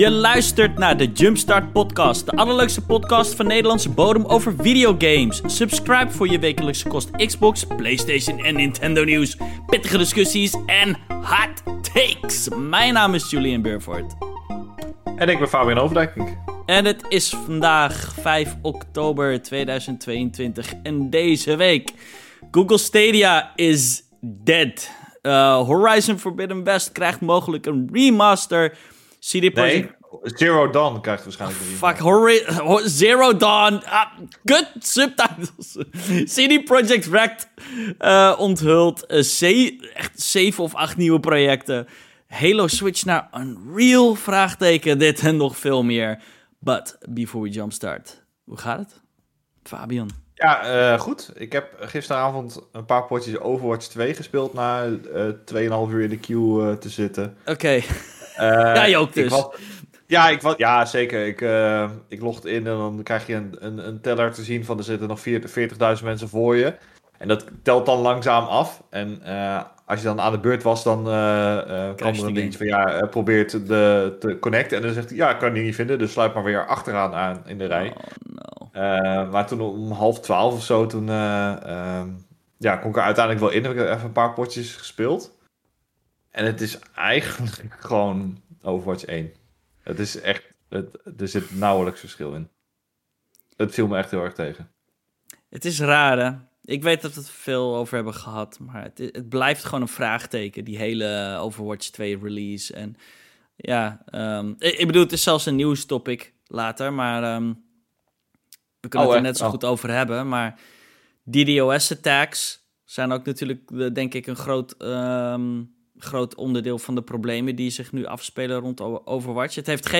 Je luistert naar de Jumpstart Podcast, de allerleukste podcast van Nederlandse bodem over videogames. Subscribe voor je wekelijkse kost Xbox, PlayStation en Nintendo nieuws, pittige discussies en hot takes. Mijn naam is Julian Burford. En ik ben Fabian Overdijk. En het is vandaag 5 oktober 2022 en deze week Google Stadia is dead. Horizon Forbidden West krijgt mogelijk een remaster. CD Projekt... Nee, Zero Dawn krijgt waarschijnlijk een remaster. Fuck, Zero Dawn. Good subtitles. CD Projekt Red onthult echt 7 of 8 nieuwe projecten. Halo Switch naar Unreal? Vraagteken. Dit en nog veel meer. But before we jumpstart, hoe gaat het, Fabian? Ja, goed. Ik heb gisteravond een paar potjes Overwatch 2 gespeeld na 2,5 uur in de queue te zitten. Oké. Jij ook dus. Ja, zeker. Ik logde in en dan krijg je een teller te zien van er zitten nog 40.000 mensen voor je. En dat telt dan langzaam af. En als je dan aan de beurt was, dan kwam er een dingetje van probeer te connecten. En dan zegt hij, ik kan die niet vinden, dus sluit maar weer achteraan aan in de rij. Oh, no. Maar toen om 11:30 of zo, toen kon ik er uiteindelijk wel in. Heb ik even een paar potjes gespeeld. En het is eigenlijk gewoon Overwatch 1. Het is echt, er zit nauwelijks verschil in. Het viel me echt heel erg tegen. Het is raar, hè? Ik weet dat we het veel over hebben gehad, maar het blijft gewoon een vraagteken, die hele Overwatch 2 release. En ja, ik bedoel, het is zelfs een nieuwstopic later, maar we kunnen het er net zo goed over hebben. Maar DDoS-attacks zijn ook natuurlijk, denk ik, een groot onderdeel van de problemen die zich nu afspelen rond Overwatch. Het heeft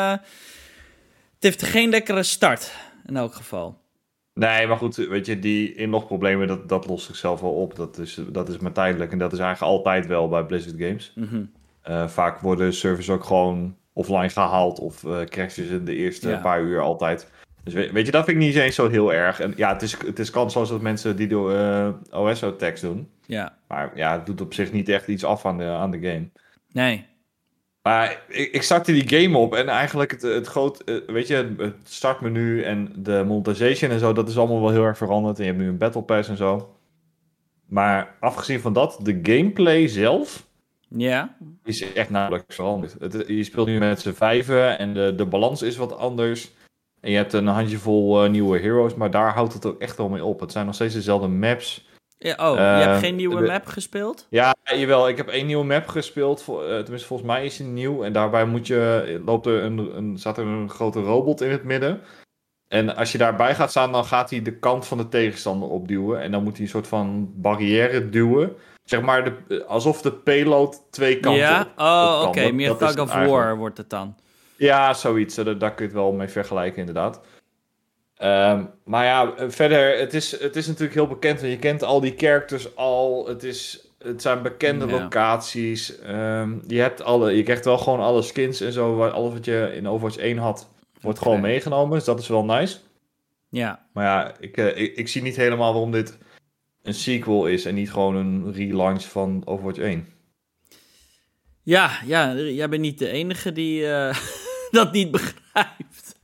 geen lekkere start, in elk geval. Nee, maar goed, weet je, die inlogproblemen, dat lost zichzelf wel op. Dat is maar tijdelijk en dat is eigenlijk altijd wel bij Blizzard Games. Mm-hmm. Vaak worden servers ook gewoon offline gehaald of crashes in de eerste paar uur altijd. Dus weet je, dat vind ik niet eens zo heel erg. En ja, het is kansloos dat mensen die door OS-attacks doen. Ja. Maar ja, het doet op zich niet echt iets af aan de game. Nee. Maar ik startte die game op en eigenlijk het startmenu en de monetization en zo, dat is allemaal wel heel erg veranderd. En je hebt nu een Battle Pass en zo. Maar afgezien van dat, de gameplay zelf is echt nauwelijks veranderd. Je speelt nu met z'n 5 en de balans is wat anders. En je hebt een handjevol nieuwe heroes, maar daar houdt het ook echt wel mee op. Het zijn nog steeds dezelfde maps. Ja, je hebt geen nieuwe map gespeeld? Ja, jawel. Ik heb 1 nieuwe map gespeeld. Tenminste, volgens mij is die nieuw. En daarbij staat er een grote robot in het midden. En als je daarbij gaat staan, dan gaat hij de kant van de tegenstander opduwen. En dan moet hij een soort van barrière duwen. Zeg maar, alsof de payload 2 kanten op kan. Oké. Meer Tug of War wordt het dan. Ja, zoiets. Daar kun je het wel mee vergelijken, inderdaad. Maar ja, verder, het is natuurlijk heel bekend. Want je kent al die characters al. Het zijn bekende locaties. Je krijgt wel gewoon alle skins en zo. Alles wat je in Overwatch 1 had, wordt gewoon meegenomen. Dus dat is wel nice. Ja. Maar ja, ik zie niet helemaal waarom dit een sequel is. En niet gewoon een relaunch van Overwatch 1. Ja, jij bent niet de enige die dat niet begrijpt.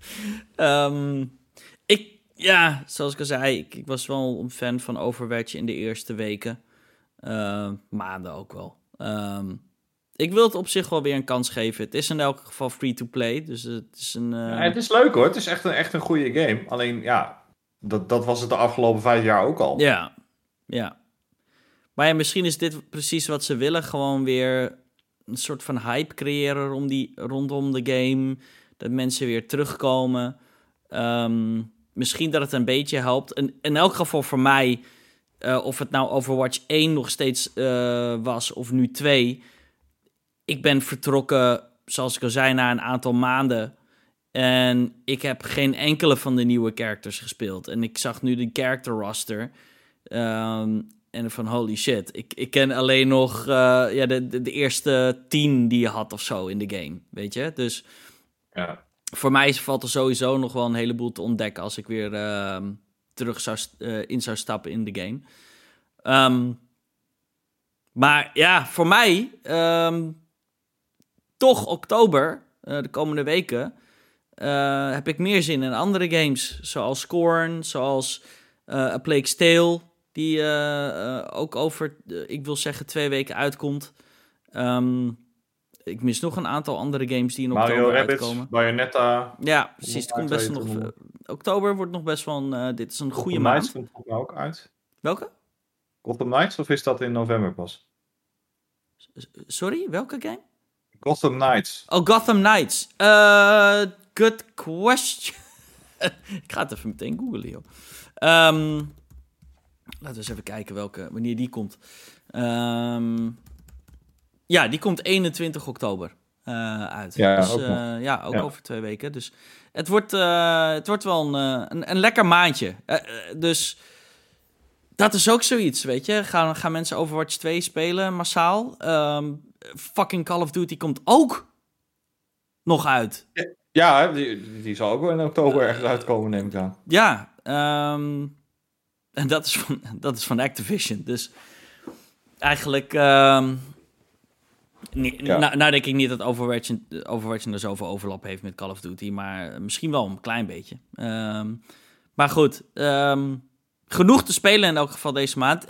Zoals ik al zei, ik was wel een fan van Overwatch in de eerste weken. Maanden ook wel. Ik wil het op zich wel weer een kans geven. Het is in elk geval free-to-play, dus het is een... het is leuk hoor, het is echt een goede game. Alleen ja, dat was het de afgelopen 5 jaar ook al. Ja. Maar ja, misschien is dit precies wat ze willen. Gewoon weer een soort van hype creëren rondom de game. Dat mensen weer terugkomen. Misschien dat het een beetje helpt. In elk geval voor mij, of het nou Overwatch 1 nog steeds was of nu 2. Ik ben vertrokken, zoals ik al zei, na een aantal maanden. En ik heb geen enkele van de nieuwe characters gespeeld. En ik zag nu de character roster. En van holy shit. Ik ken alleen nog de eerste 10 die je had of zo in de game. Weet je? Dus ja. Voor mij valt er sowieso nog wel een heleboel te ontdekken als ik weer terug zou stappen in de game. Maar ja, voor mij toch oktober de komende weken, heb ik meer zin in andere games. Zoals Scorn, zoals A Plague's Tale, die ook over, ik wil zeggen, 2 weken uitkomt. Ik mis nog een aantal andere games die in oktober uitkomen. Bayonetta. Ja, precies. Het komt best nog. Oktober wordt nog best wel dit is een goede maand. Gotham Knights komt ook uit. Welke? Gotham Knights, of is dat in november pas? Sorry, welke game? Gotham Knights. Oh, Gotham Knights. Good question. Ik ga het even meteen googlen, joh. Laten we eens even kijken wanneer die komt. Ja, die komt 21 oktober uit. Ja, dus, ook ook over 2 weken. Dus het wordt wel een lekker maandje. Dus dat is ook zoiets, weet je. Gaan mensen Overwatch 2 spelen massaal? Fucking Call of Duty komt ook nog uit. Ja, die zal ook wel in oktober ergens uitkomen, neem ik aan. Ja, en dat is van Activision. Dus eigenlijk... Nou denk ik niet dat Overwatch er zoveel overlap heeft met Call of Duty, maar misschien wel een klein beetje. Maar goed, genoeg te spelen in elk geval deze maand.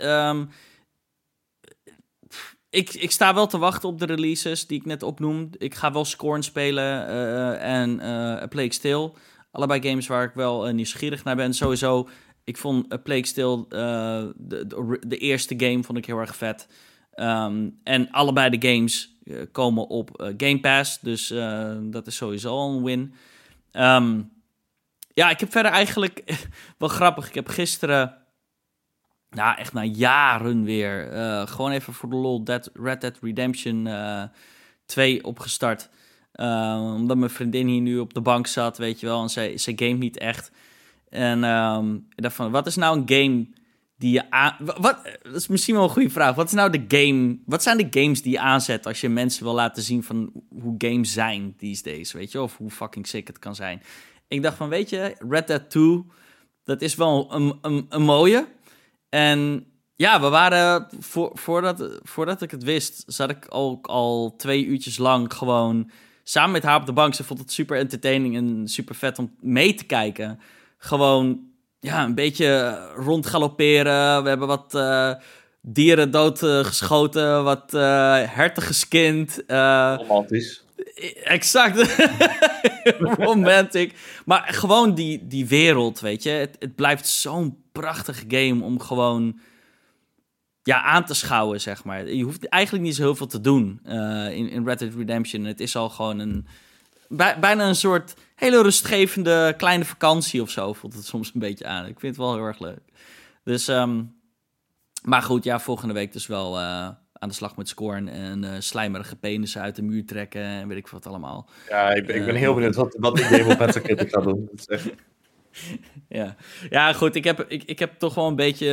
Ik sta wel te wachten op de releases die ik net opnoem. Ik ga wel Scorn spelen en A Plague's Tale. Allebei games waar ik wel nieuwsgierig naar ben. Sowieso, ik vond A Plague's Tale, de eerste game, vond ik heel erg vet. En allebei de games komen op Game Pass. Dus dat is sowieso al een win. Ja, ik heb verder eigenlijk... wel grappig. Ik heb gisteren... Nou, echt na jaren weer... gewoon even voor de lol Red Dead Redemption 2 opgestart. Omdat mijn vriendin hier nu op de bank zat, weet je wel. En zij gamet niet echt. En ik dacht van, wat is nou een game... die je dat is misschien wel een goede vraag. Wat zijn de games die je aanzet als je mensen wil laten zien van hoe games zijn these days, weet je? Of hoe fucking sick het kan zijn. Ik dacht van, weet je, Red Dead 2, dat is wel een mooie. En ja, we waren, voordat ik het wist, zat ik ook al 2 uurtjes lang gewoon samen met haar op de bank. Ze vond het super entertaining en super vet om mee te kijken. Gewoon... Ja, een beetje rondgalopperen. We hebben wat dieren doodgeschoten. Wat herten geskind. Romantisch. Exact. Romantic. Maar gewoon die wereld, weet je. Het blijft zo'n prachtige game om gewoon aan te schouwen, zeg maar. Je hoeft eigenlijk niet zo heel veel te doen in Red Dead Redemption. Het is al gewoon bijna een soort hele rustgevende kleine vakantie of zo, voelt het soms een beetje aan. Ik vind het wel heel erg leuk. Dus, maar goed, ja, volgende week dus wel aan de slag met Scorn en slijmerige penissen uit de muur trekken en weet ik wat allemaal. Ja, ik ben heel benieuwd wat die game op Metacritic gaat doen. Dat is echt... Ja, goed, ik heb toch wel een beetje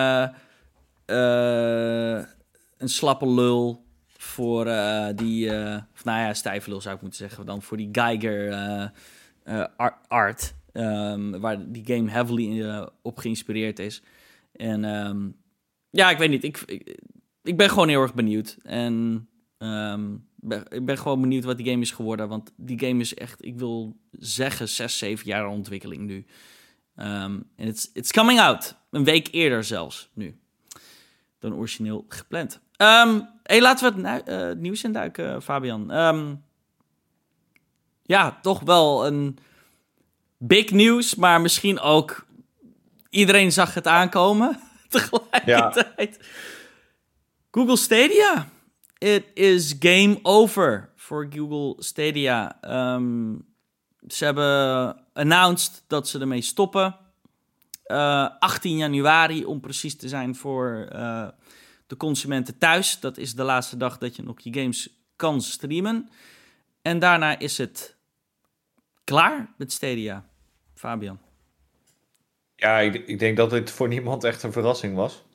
een slappe lul voor stijve lul zou ik moeten zeggen, dan voor die Geiger art, waar die game heavily op geïnspireerd is. En ik weet niet, ik ben gewoon heel erg benieuwd. En ik ben gewoon benieuwd wat die game is geworden, want die game is echt, ik wil zeggen, 6-7 jaar ontwikkeling nu. En it's coming out. Een week eerder zelfs, nu. Dan origineel gepland. Laten we het nieuws induiken, Fabian. Ja, toch wel een big nieuws, maar misschien ook iedereen zag het aankomen tegelijkertijd. Ja. Google Stadia. It is game over voor Google Stadia. Ze hebben announced dat ze ermee stoppen. 18 januari, om precies te zijn, voor de consumenten thuis. Dat is de laatste dag dat je nog je games kan streamen. En daarna is het klaar met Stadia. Fabian. Ja, ik denk dat dit voor niemand echt een verrassing was.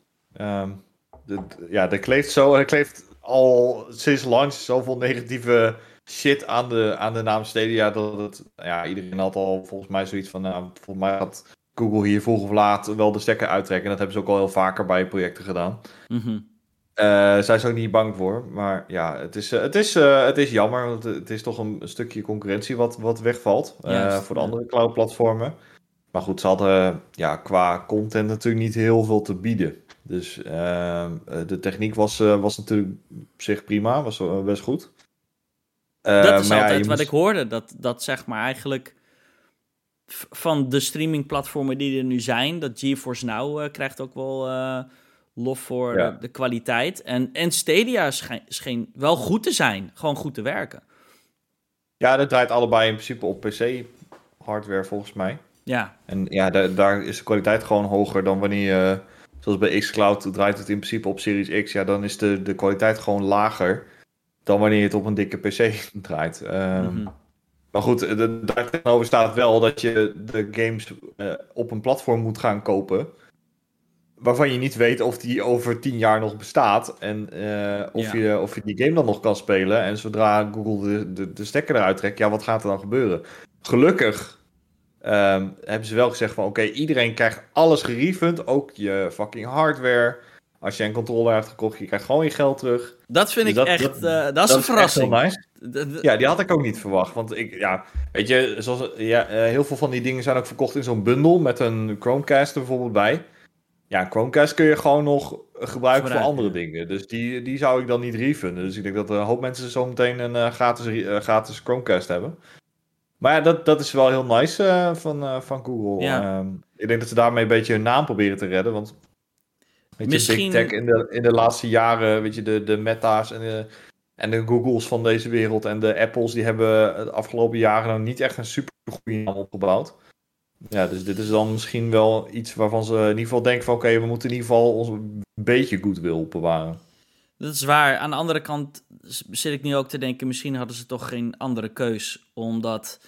Er kleeft al sinds launch zoveel negatieve shit aan de naam Stadia. Dat het, iedereen had al volgens mij zoiets van, volgens mij had Google hier vroeg of laat wel de stekker uittrekken. En dat hebben ze ook al heel vaker bij projecten gedaan. Mm-hmm. Zijn ze ook niet bang voor. Maar ja, het is jammer. Want het is toch een stukje concurrentie wat wegvalt. Juist, Voor de ja. andere cloud-platformen. Maar goed, ze hadden qua content natuurlijk niet heel veel te bieden. Dus de techniek was natuurlijk op zich prima. Was best goed. Dat is Maar ja, altijd wat ik hoorde. Dat zeg maar eigenlijk van de streamingplatformen die er nu zijn, dat GeForce Now krijgt ook wel lof voor Ja. de kwaliteit. En Stadia scheen wel goed te zijn. Gewoon goed te werken. Ja, dat draait allebei in principe op PC-hardware volgens mij. Ja, En ja, daar is de kwaliteit gewoon hoger dan wanneer je, zoals bij xCloud draait het in principe op Series X. Ja, dan is de kwaliteit gewoon lager dan wanneer je het op een dikke PC draait. Maar goed, daar tegenover staat wel dat je de games op een platform moet gaan kopen. Waarvan je niet weet of die over 10 jaar nog bestaat. En of je die game dan nog kan spelen. En zodra Google de stekker eruit trekt, ja, wat gaat er dan gebeuren? Gelukkig hebben ze wel gezegd van oké, iedereen krijgt alles gerefund. Ook je fucking hardware. Als je een controller hebt gekocht, je krijgt gewoon je geld terug. dat vind ik echt, dat is een verrassing. Echt heel nice. Ja, die had ik ook niet verwacht. Want weet je, heel veel van die dingen zijn ook verkocht in zo'n bundel met een Chromecast er bijvoorbeeld bij. Ja, Chromecast kun je gewoon nog gebruiken voor andere dingen. Dus die zou ik dan niet refunden. Dus ik denk dat een hoop mensen zo meteen een gratis Chromecast hebben. Maar ja, dat is wel heel nice van Google. Ja. Ik denk dat ze daarmee een beetje hun naam proberen te redden. Want weet Misschien... je, Big Tech in de laatste jaren, weet je, de Meta's en de Googles van deze wereld en de Apples, die hebben de afgelopen jaren nou niet echt een super goede naam opgebouwd. Ja, dus dit is dan misschien wel iets waarvan ze in ieder geval denken van oké, we moeten in ieder geval ons een beetje goodwill bewaren. Dat is waar. Aan de andere kant zit ik nu ook te denken, misschien hadden ze toch geen andere keus. Omdat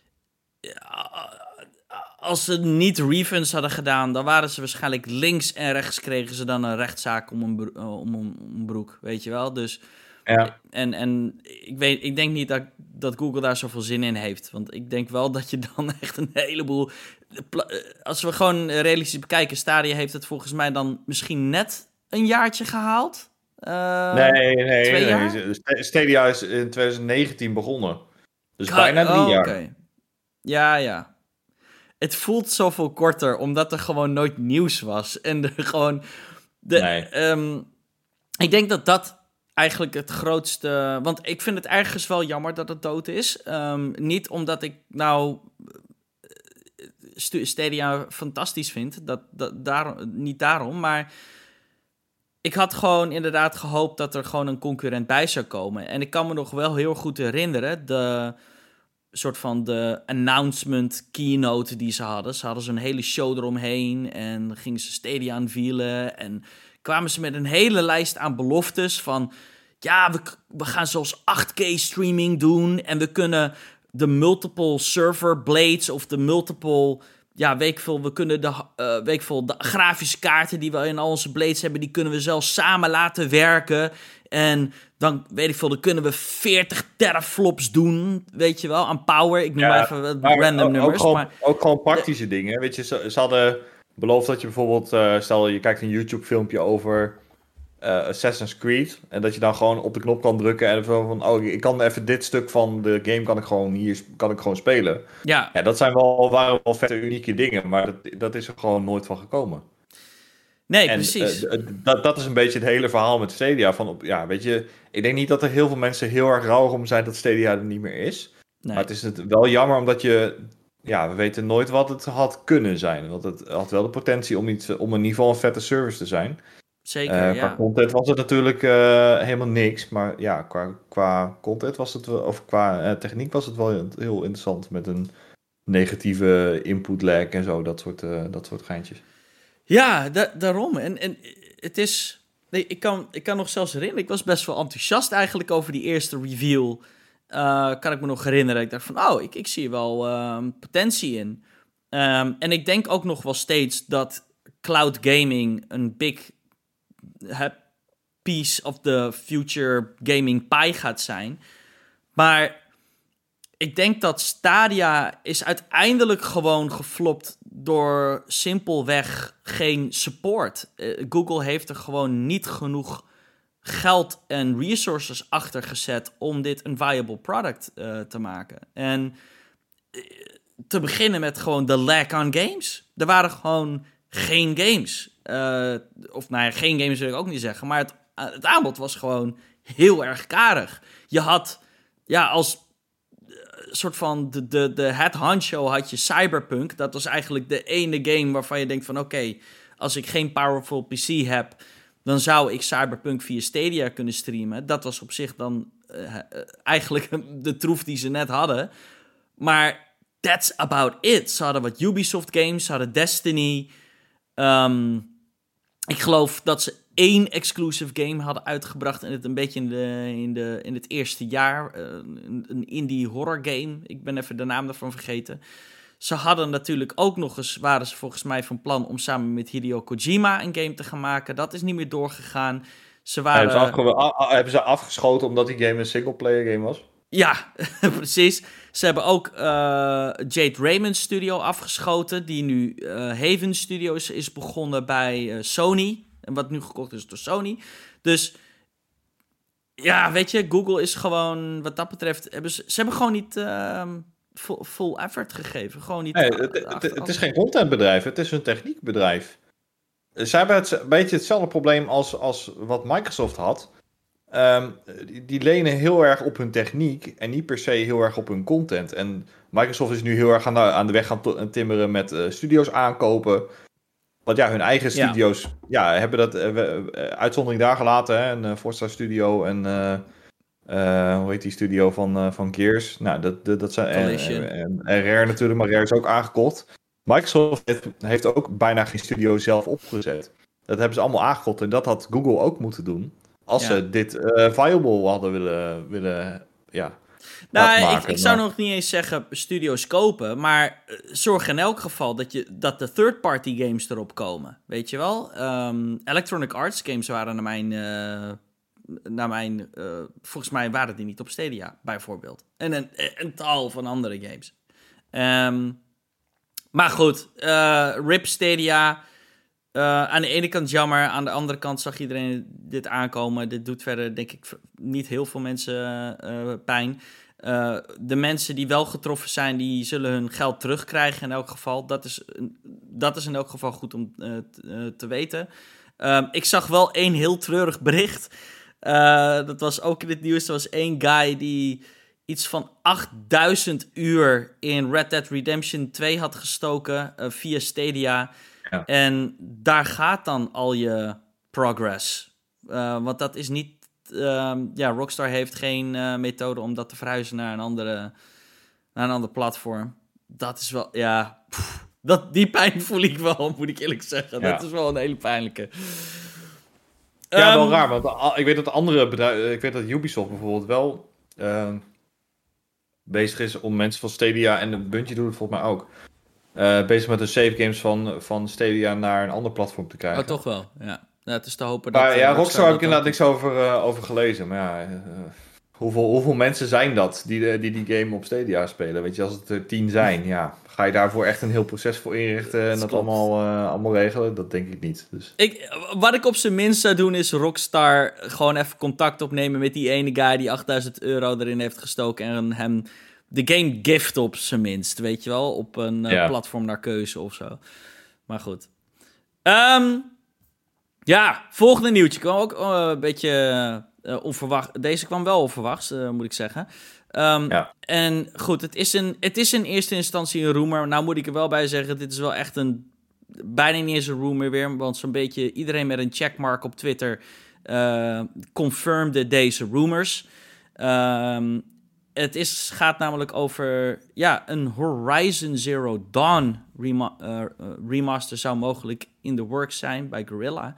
als ze niet refunds hadden gedaan, dan waren ze waarschijnlijk links en rechts kregen ze dan een rechtszaak om een broek, weet je wel. Dus ja. En ik denk niet dat Google daar zoveel zin in heeft. Want ik denk wel dat je dan echt een heleboel... Als we gewoon realistisch bekijken, Stadia heeft het volgens mij dan misschien net een jaartje gehaald. Nee. 2 jaar? Stadia is in 2019 begonnen. Dus bijna 3 jaar. Okay. Ja. Het voelt zoveel korter, omdat er gewoon nooit nieuws was. En er gewoon... ik denk dat eigenlijk het grootste... Want ik vind het ergens wel jammer dat het dood is. Niet omdat ik nou Stadia fantastisch vind. Niet daarom, maar... Ik had gewoon inderdaad gehoopt dat er gewoon een concurrent bij zou komen. En ik kan me nog wel heel goed herinneren... de announcement keynote die ze hadden. Ze hadden zo'n hele show eromheen en gingen ze Stadia unveillen en kwamen ze met een hele lijst aan beloftes van... Ja, we gaan zelfs 8K streaming doen en we kunnen de multiple server blades of de multiple... Ja, we kunnen de grafische kaarten die we in al onze blades hebben, die kunnen we zelfs samen laten werken. En dan, dan kunnen we 40 teraflops doen, weet je wel, aan power. Ik noem even random nummers. Ook gewoon praktische dingen. Weet je, ze hadden beloofd dat je bijvoorbeeld, stel je kijkt een YouTube filmpje over Assassin's Creed. En dat je dan gewoon op de knop kan drukken en van, ik kan even dit stuk van de game kan ik gewoon spelen. Ja, dat waren wel vette unieke dingen, maar dat is er gewoon nooit van gekomen. Nee, precies. Dat is een beetje het hele verhaal met Stadia. Weet je, ik denk niet dat er heel veel mensen heel erg rouwig om zijn dat Stadia er niet meer is. Nee. Maar het is wel jammer omdat we weten nooit wat het had kunnen zijn. Want het had wel de potentie om in ieder geval een vette service te zijn. Zeker, Qua content was het natuurlijk helemaal niks. Maar ja, qua content was het wel, of qua techniek was het wel heel interessant. Met een negatieve input lag en zo, dat soort geintjes. Ja, daarom. En het is... Nee, ik kan nog zelfs herinneren, ik was best wel enthousiast eigenlijk over die eerste reveal. Kan ik me nog herinneren. Ik dacht van, ik zie er wel potentie in. En ik denk ook nog wel steeds dat cloud gaming een big piece of the future gaming pie gaat zijn. Maar ik denk dat Stadia is uiteindelijk gewoon geflopt door simpelweg geen support. Google heeft er gewoon niet genoeg geld en resources achter gezet om dit een viable product te maken. En te beginnen met gewoon de lack on games. Er waren gewoon geen games. Geen games wil ik ook niet zeggen, maar het aanbod was gewoon heel erg karig. Je had, als soort van de head honcho had je Cyberpunk. Dat was eigenlijk de ene game waarvan je denkt van oké, als ik geen powerful PC heb, dan zou ik Cyberpunk via Stadia kunnen streamen. Dat was op zich dan eigenlijk de troef die ze net hadden. Maar that's about it. Ze hadden wat Ubisoft games, ze hadden Destiny. Ik geloof dat ze 1 exclusive game hadden uitgebracht en het een beetje in het eerste jaar. Een indie horror game. Ik ben even de naam daarvan vergeten. Ze hadden natuurlijk ook nog eens, waren ze volgens mij van plan om samen met Hideo Kojima een game te gaan maken. Dat is niet meer doorgegaan. Hebben ze afgeschoten omdat die game een singleplayer game was? Ja, precies. Ze hebben ook Jade Raymond's studio afgeschoten, die nu Haven Studios is begonnen bij Sony. En wat nu gekocht is door Sony. Dus ja, weet je, Google is gewoon, wat dat betreft, ze hebben gewoon niet full effort gegeven. Gewoon niet. Nee, het is geen contentbedrijf, het is een techniekbedrijf. Ze hebben een beetje hetzelfde probleem als wat Microsoft had. Die lenen heel erg op hun techniek en niet per se heel erg op hun content. En Microsoft is nu heel erg aan de weg gaan timmeren met studio's aankopen. Want ja, hun eigen studio's hebben dat uitzondering daar gelaten. Hè? Een Forza Studio en hoe heet die studio van Gears? Nou, dat zijn en Rare natuurlijk, maar Rare is ook aangekocht. Microsoft heeft ook bijna geen studio zelf opgezet. Dat hebben ze allemaal aangekocht en dat had Google ook moeten doen. Als ze dit viable hadden willen nou, ik zou nog niet eens zeggen studio's kopen, maar zorg in elk geval dat de third-party games erop komen. Weet je wel? Electronic Arts games waren volgens mij waren die niet op Stadia, bijvoorbeeld. En een tal van andere games. Maar goed, RIP Stadia. Aan de ene kant jammer, aan de andere kant zag iedereen dit aankomen. Dit doet verder, denk ik, niet heel veel mensen pijn. De mensen die wel getroffen zijn, die zullen hun geld terugkrijgen in elk geval. Dat is in elk geval goed om te weten. Ik zag wel één heel treurig bericht. Dat was ook in het nieuws. Er was één guy die iets van 8000 uur in Red Dead Redemption 2 had gestoken via Stadia. Ja. En daar gaat dan al je progress. Want dat is niet... Rockstar heeft geen methode om dat te verhuizen naar een ander platform. Dat is wel... Ja, die pijn voel ik wel, moet ik eerlijk zeggen. Ja. Dat is wel een hele pijnlijke. Ja, wel raar. Want ik weet dat andere bedrijven... Ik weet dat Ubisoft bijvoorbeeld wel bezig is om mensen van Stadia... En Bungie doet het volgens mij ook... bezig met de save games van Stadia naar een ander platform te krijgen. Oh, toch wel, ja. Het is te hopen dat... Maar Rockstar heb ik inderdaad niks over gelezen. Maar ja, hoeveel mensen zijn dat die game op Stadia spelen? Weet je, als het er 10 zijn, ja, ga je daarvoor echt een heel proces voor inrichten en dat allemaal regelen? Dat denk ik niet. Dus. Wat ik op zijn minst zou doen is Rockstar gewoon even contact opnemen met die ene guy die €8.000 erin heeft gestoken en hem de game gift op zijn minst, weet je wel, op een platform naar keuze of zo. Maar goed. Volgende nieuwtje kwam ook een beetje onverwacht. Deze kwam wel onverwachts, moet ik zeggen. En goed, het is in eerste instantie een rumor. Nou moet ik er wel bij zeggen, dit is wel echt bijna niet eens een rumor weer, want zo'n beetje iedereen met een checkmark op Twitter confirmde deze rumors. Het gaat namelijk over een Horizon Zero Dawn remaster zou mogelijk in the works zijn bij Guerrilla.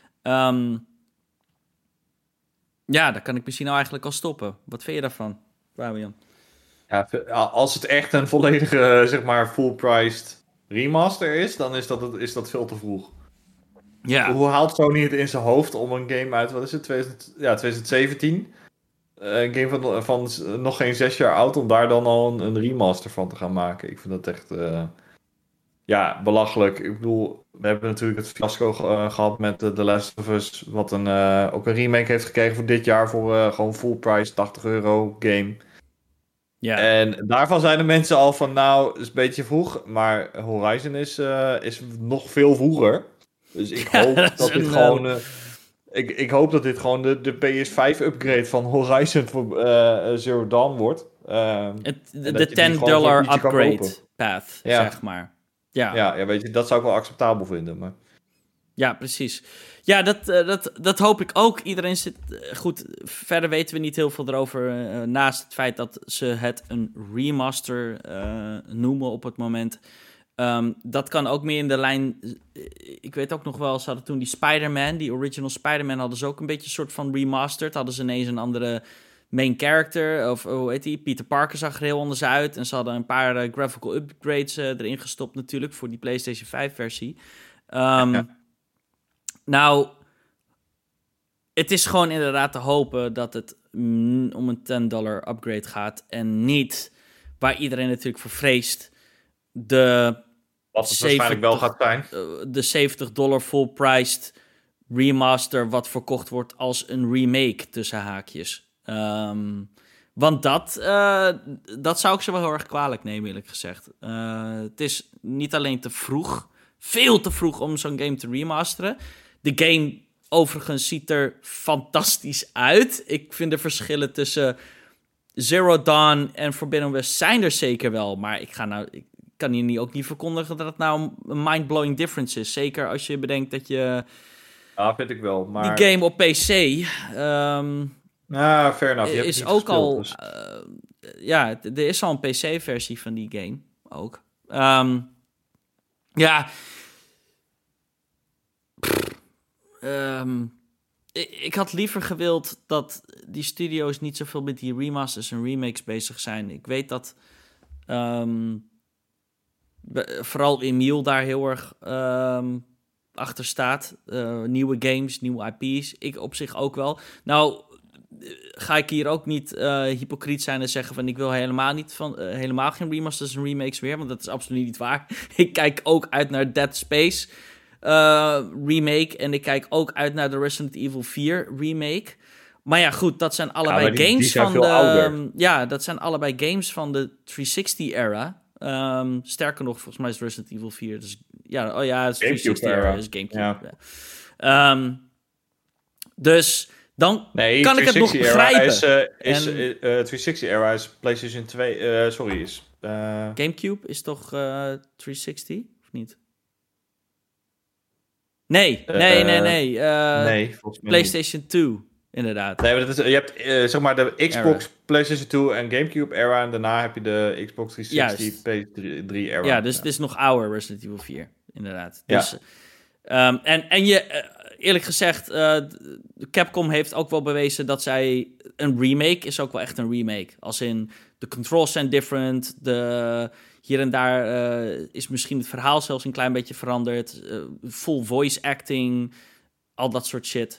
Daar kan ik misschien nou eigenlijk al stoppen. Wat vind je daarvan, Fabian? Ja, als het echt een volledige, zeg maar, full-priced remaster is, dan is dat veel te vroeg. Ja. Hoe haalt Sony het in zijn hoofd om een game uit, wat is het, 2017... een game van nog geen 6 jaar oud, om daar dan al een remaster van te gaan maken. Ik vind dat echt... Ja, belachelijk. Ik bedoel, we hebben natuurlijk het fiasco gehad met The Last of Us, wat ook een remake heeft gekregen voor dit jaar voor gewoon full price, €80 game. Ja. En daarvan zijn de mensen al van, nou, is een beetje vroeg, maar Horizon is nog veel vroeger. Dus ik hoop dat dit gewoon... Ik hoop dat dit gewoon de PS5-upgrade van Horizon voor Zero Dawn wordt. De $10 upgrade path, ja. zeg maar. Ja. Ja, weet je, dat zou ik wel acceptabel vinden. Maar... Ja, precies. Ja, dat hoop ik ook. Iedereen zit... Goed, verder weten we niet heel veel erover. Naast het feit dat ze het een remaster noemen op het moment. Dat kan ook meer in de lijn... Ik weet ook nog wel, ze hadden toen die Spider-Man, die original Spider-Man, hadden ze ook een beetje een soort van remastered. Hadden ze ineens een andere main character, of hoe heet die? Peter Parker zag er heel anders uit. En ze hadden een paar graphical upgrades erin gestopt natuurlijk, voor die PlayStation 5 versie. Nou, het is gewoon inderdaad te hopen dat het om een $10 upgrade gaat en niet, waar iedereen natuurlijk voor vreest, wat het waarschijnlijk wel gaat zijn. De $70 full-priced remaster wat verkocht wordt als een remake tussen haakjes. Want dat zou ik ze wel heel erg kwalijk nemen, eerlijk gezegd. Het is niet alleen te vroeg, veel te vroeg om zo'n game te remasteren. De game overigens ziet er fantastisch uit. Ik vind de verschillen tussen Zero Dawn en Forbidden West zijn er zeker wel. Maar ik kan hier ook niet verkondigen dat het nou een mind-blowing difference is. Zeker als je bedenkt dat je... Ja, vind ik wel. Maar... Die game op PC... fair enough. Je is hebt ook gespeeld, al... dus. Ja, er is al een PC-versie van die game ook. Ja... ik had liever gewild dat die studio's niet zoveel met die remasters en remakes bezig zijn. Ik weet dat vooral Emiel daar heel erg achter staat. Nieuwe games, nieuwe IP's. Ik op zich ook wel. Nou, ga ik hier ook niet hypocriet zijn en zeggen van ik wil helemaal geen remasters en remakes meer, want dat is absoluut niet waar. Ik kijk ook uit naar Dead Space remake en ik kijk ook uit naar de Resident Evil 4 remake. Maar ja, goed, dat zijn allebei games die zijn van de ouder. Ja, dat zijn allebei games van de 360-era. Sterker nog, volgens mij is Resident Evil 4. Dus, ja, het is 360-era, is GameCube. Ja. Dus dan kan ik het nog begrijpen. 360-era is PlayStation 2... is... GameCube is toch 360? Of niet? Nee. Nee, volgens mij PlayStation niet. 2, inderdaad. Nee, maar je hebt zeg maar de Xbox, era. PlayStation 2 en GameCube era. En daarna heb je de Xbox 360, PS3 era. Ja, dus het is nog ouder, Resident Evil 4, inderdaad. Dus, en je... Eerlijk gezegd, Capcom heeft ook wel bewezen dat zij... Een remake is ook wel echt een remake. Als in, de controls zijn different. Hier en daar is misschien het verhaal zelfs een klein beetje veranderd. Full voice acting. Al dat soort shit.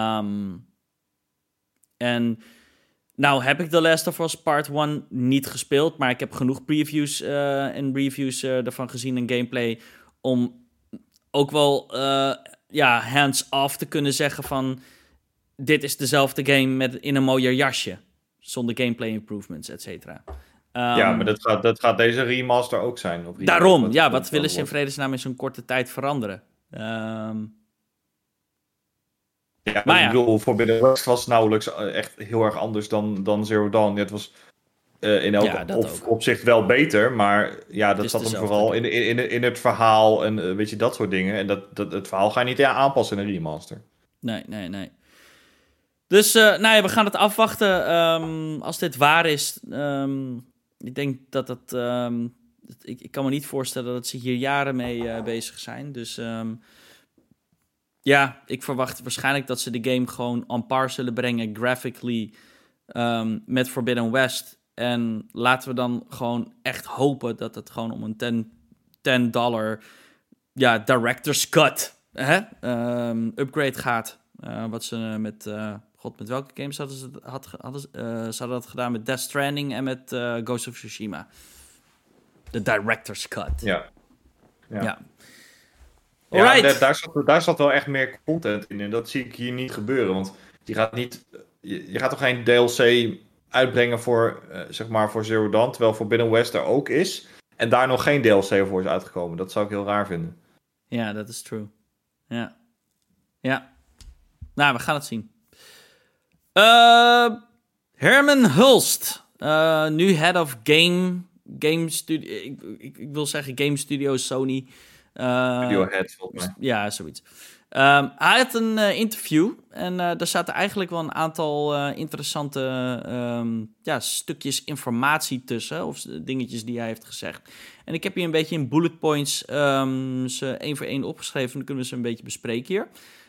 En nou heb ik The Last of Us Part 1 niet gespeeld. Maar ik heb genoeg previews en reviews ervan gezien en gameplay. Om ook wel... hands-off te kunnen zeggen van... dit is dezelfde game in een mooier jasje. Zonder gameplay improvements, et cetera. Maar dat gaat deze remaster ook zijn. Of daarom, wat willen ze in vredesnaam in zo'n korte tijd veranderen? Maar ik bedoel, Forbidden West was nauwelijks echt heel erg anders dan Zero Dawn. Het was in elk opzicht wel beter, maar ja, dat zat hem vooral in het verhaal en weet je, dat soort dingen. En het verhaal ga je niet aanpassen in een remaster. Nee. Dus we gaan het afwachten. Als dit waar is, ik denk dat het... ik kan me niet voorstellen dat ze hier jaren mee bezig zijn. Dus ik verwacht waarschijnlijk dat ze de game gewoon on par zullen brengen graphically met Forbidden West. En laten we dan gewoon echt hopen dat het gewoon om een $10 director's cut upgrade gaat. Wat ze met welke games hadden ze hadden dat gedaan met Death Stranding en met Ghost of Tsushima. De director's cut. Ja. Ja. Ja, daar zat wel echt meer content in. En dat zie ik hier niet gebeuren. Want je gaat toch geen DLC uitbrengen voor, zeg maar, voor Zero Dawn, terwijl Forbidden West er ook is. En daar nog geen DLC voor is uitgekomen. Dat zou ik heel raar vinden. Ja, dat is true. Ja. Nou, we gaan het zien. Herman Hulst. Nu head of Game Studio. Ik wil zeggen Game Studio Sony. Videohead, volgens mij. Ja, zoiets. Hij had een interview en daar zaten eigenlijk wel een aantal interessante stukjes informatie tussen, of dingetjes die hij heeft gezegd. En ik heb hier een beetje in bullet points ze één voor één opgeschreven, dan kunnen we ze een beetje bespreken hier.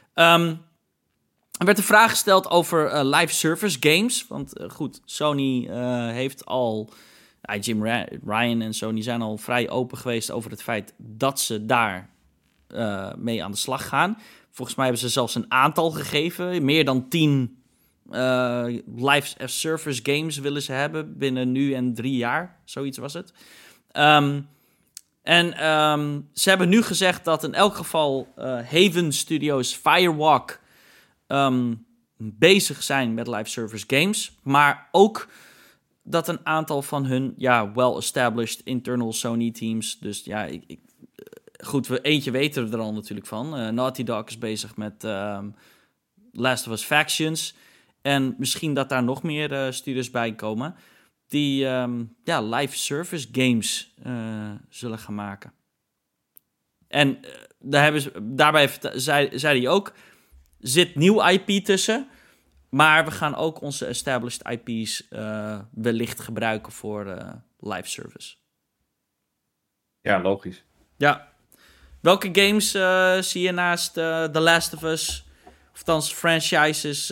Er werd een vraag gesteld over live service games, want goed, Sony heeft al... Jim Ryan en Sony zijn al vrij open geweest over het feit dat ze daar mee aan de slag gaan. Volgens mij hebben ze zelfs een aantal gegeven. Meer dan 10 live service games willen ze hebben binnen nu en 3 jaar. Zoiets was het. Ze hebben nu gezegd dat in elk geval Haven Studios Firewalk bezig zijn met live service games. Maar ook dat een aantal van hun well-established internal Sony teams... Dus ja, goed, eentje weten we er al natuurlijk van. Naughty Dog is bezig met Last of Us Factions. En misschien dat daar nog meer studios bij komen... die live service games zullen gaan maken. En daarbij zei hij ook... zit nieuw IP tussen... Maar we gaan ook onze established IP's wellicht gebruiken voor live service. Ja, logisch. Ja. Welke games zie je naast The Last of Us, of althans franchises,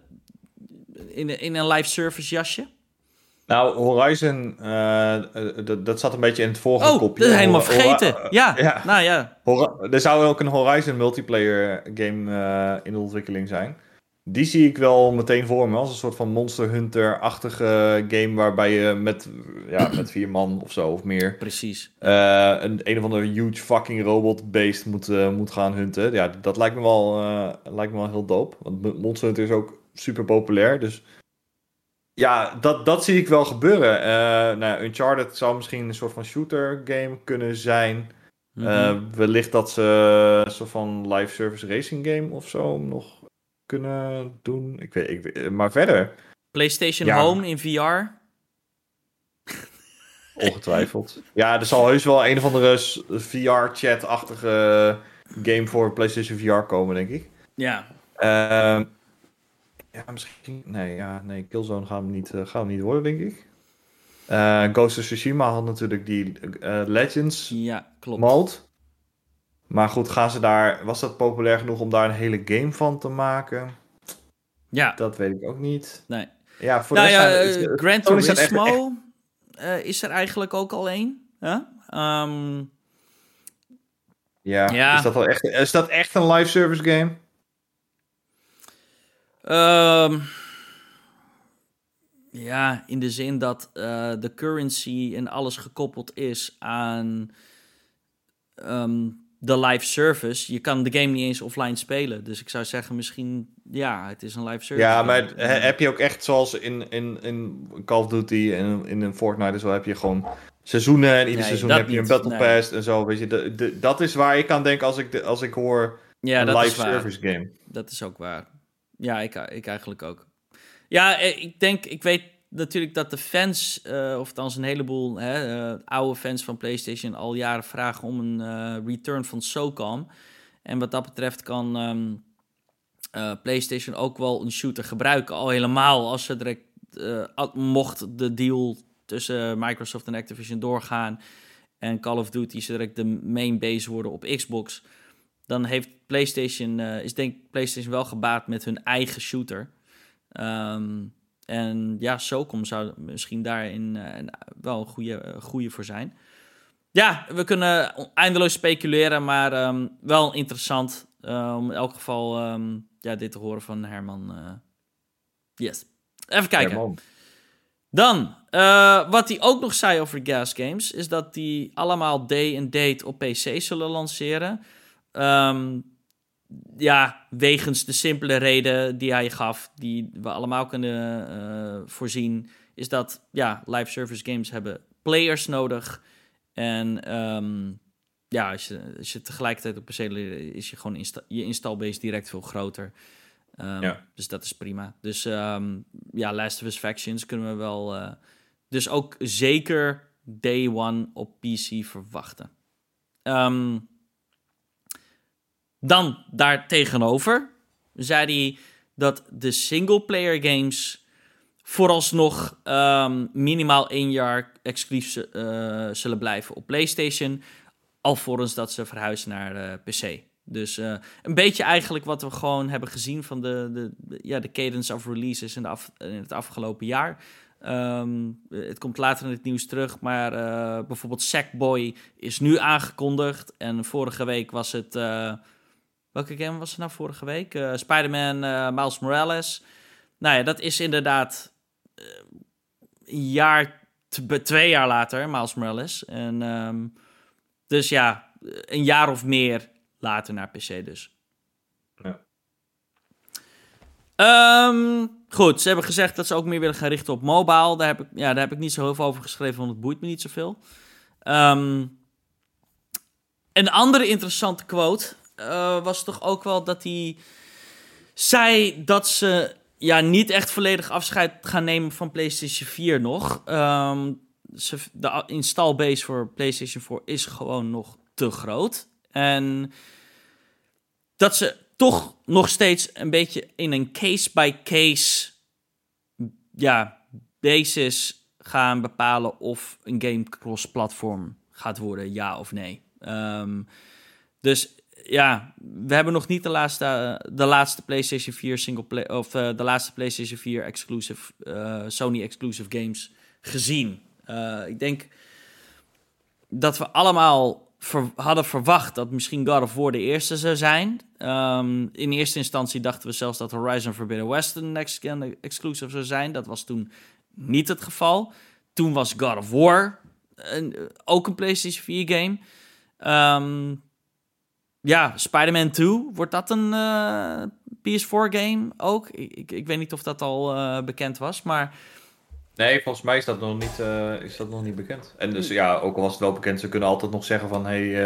in een live service jasje? Nou, Horizon, dat zat een beetje in het vorige kopje. Dat is helemaal vergeten. Nou ja. Er zou ook een Horizon multiplayer game in de ontwikkeling zijn. Die zie ik wel meteen voor me als een soort van Monster Hunter-achtige game waarbij je met 4 man of zo of meer... Precies. een of andere huge fucking robot-beest moet gaan hunten. Ja, dat lijkt me wel heel dope. Want Monster Hunter is ook super populair, dus... Ja, dat zie ik wel gebeuren. Uncharted zou misschien een soort van shooter game kunnen zijn. Wellicht dat ze een soort van live service racing game of zo nog kunnen doen. Ik weet, maar verder. PlayStation Home in VR? Ongetwijfeld. Ja, er zal heus wel een of andere VR-chat-achtige game voor PlayStation VR komen, denk ik. Ja. Ja, misschien... Nee, Killzone gaat niet worden, denk ik. Ghost of Tsushima had natuurlijk die Legends mode. Maar goed, was dat populair genoeg om daar een hele game van te maken? Ja. Dat weet ik ook niet. Nee. Ja, voor Gran Turismo is er eigenlijk ook al één. Huh? Ja. Is dat echt een live service game? Ja, in de zin dat de currency en alles gekoppeld is aan de live service. Je kan de game niet eens offline spelen. Dus ik zou zeggen misschien, het is een live service. Ja, maar heb je ook echt zoals in Call of Duty en in Fortnite en zo heb je gewoon seizoenen en ieder seizoen heb je een Battle Pass en zo. Weet je, dat is waar ik aan denk als ik hoor een live service game. Dat is ook waar. Ja, ik eigenlijk ook. Ja, ik weet natuurlijk dat de fans, of althans een heleboel oude fans van PlayStation al jaren vragen om een return van SOCOM. En wat dat betreft kan PlayStation ook wel een shooter gebruiken. Al helemaal als ze direct, mocht de deal tussen Microsoft en Activision doorgaan en Call of Duty ze direct de main base worden op Xbox, dan heeft PlayStation, PlayStation wel gebaat met hun eigen shooter. En ja, SOCOM zou misschien daarin wel een goede voor zijn. Ja, we kunnen eindeloos speculeren, maar wel interessant om in elk geval dit te horen van Herman. Yes. Even kijken. Herman. Dan, wat hij ook nog zei over Gas Games, is dat die allemaal day and date op PC zullen lanceren. Wegens de simpele reden die hij gaf, die we allemaal kunnen voorzien, is dat live service games hebben players nodig. En als je tegelijkertijd op PC is je gewoon je installbase direct veel groter. Dus dat is prima. Dus Last of Us Factions kunnen we wel dus ook zeker day one op PC verwachten. Dan daar tegenover zei hij dat de singleplayer games vooralsnog minimaal 1 jaar exclusief zullen blijven op PlayStation, alvorens dat ze verhuizen naar PC. Dus een beetje eigenlijk wat we gewoon hebben gezien van de cadence of releases in het afgelopen jaar. Het komt later in het nieuws terug, maar bijvoorbeeld Sackboy is nu aangekondigd. En vorige week was het... welke game was het nou vorige week? Spider-Man Miles Morales. Nou ja, dat is inderdaad 2 jaar later, Miles Morales. En dus een jaar of meer later naar PC dus. Goed, ze hebben gezegd dat ze ook meer willen gaan richten op mobile. Daar heb ik niet zo heel veel over geschreven, want het boeit me niet zoveel. Een andere interessante quote was toch ook wel dat hij zei dat ze niet echt volledig afscheid gaan nemen van PlayStation 4 nog. De installbase voor PlayStation 4 is gewoon nog te groot. En dat ze toch nog steeds een beetje in een case-by-case basis gaan bepalen of een game cross-platform gaat worden, ja of nee. Dus we hebben nog niet de laatste PlayStation 4 singleplayer of de laatste PlayStation 4 exclusive Sony exclusive games gezien. Ik denk dat we allemaal hadden verwacht dat misschien God of War de eerste zou zijn. In eerste instantie dachten we zelfs dat Horizon Forbidden West een next-gen exclusive zou zijn. Dat was toen niet het geval. Toen was God of War ook een PlayStation 4 game. Spider-Man 2, wordt dat een PS4 game ook? Ik weet niet of dat al bekend was, maar... Nee, volgens mij is dat nog niet bekend. En dus ook al was het wel bekend, ze kunnen altijd nog zeggen van...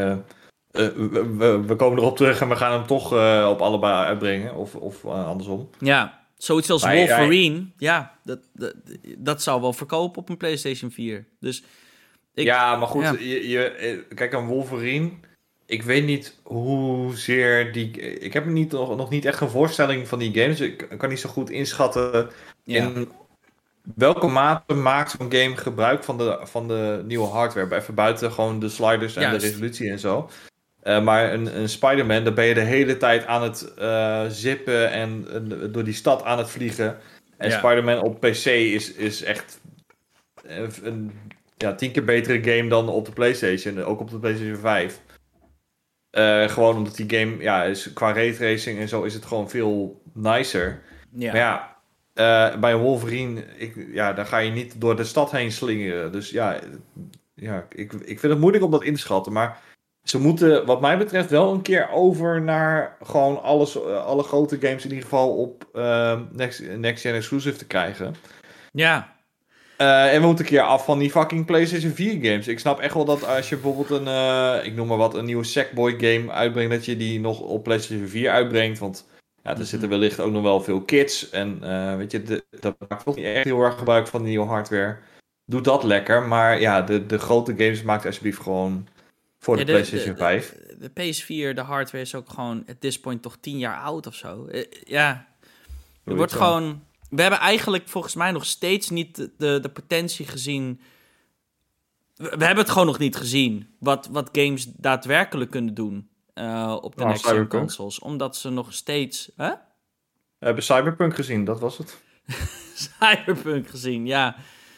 we komen erop terug en we gaan hem toch op allebei uitbrengen. Of andersom. Ja, zoiets als Wolverine. Dat zou wel verkopen op een PlayStation 4. Dus maar goed, kijk aan Wolverine... Ik weet niet hoezeer die... Ik heb nog niet echt een voorstelling van die games. Ik kan niet zo goed inschatten... in welke mate maakt zo'n game gebruik van de nieuwe hardware? Even buiten gewoon de sliders en de resolutie en zo. Maar een Spider-Man, daar ben je de hele tijd aan het zippen en door die stad aan het vliegen. En Spider-Man op PC is echt een 10 keer betere game dan op de PlayStation. Ook op de PlayStation 5. Gewoon omdat die game, is, qua raytracing en zo is het gewoon veel nicer. Maar bij Wolverine, daar ga je niet door de stad heen slingeren. Dus ik vind het moeilijk om dat in te schatten. Maar ze moeten, wat mij betreft, wel een keer over naar gewoon alle grote games in ieder geval op Next Gen Exclusive te krijgen. Ja. En we moeten een keer af van die fucking PlayStation 4 games. Ik snap echt wel dat als je bijvoorbeeld een nieuwe Sackboy game uitbrengt, dat je die nog op PlayStation 4 uitbrengt. Want er zitten wellicht ook nog wel veel kids. En dat maakt ook niet echt heel erg gebruik van die nieuwe hardware. Doe dat lekker. Maar de grote games maakt alsjeblieft gewoon voor de PlayStation 5. De PS4, de hardware is ook gewoon at this point toch 10 jaar oud of zo. Er wordt gewoon... We hebben eigenlijk volgens mij nog steeds niet de potentie gezien. We hebben het gewoon nog niet gezien. Wat games daadwerkelijk kunnen doen op de next-gen consoles. Omdat ze nog steeds... Huh? We hebben Cyberpunk gezien, dat was het. Cyberpunk gezien, ja.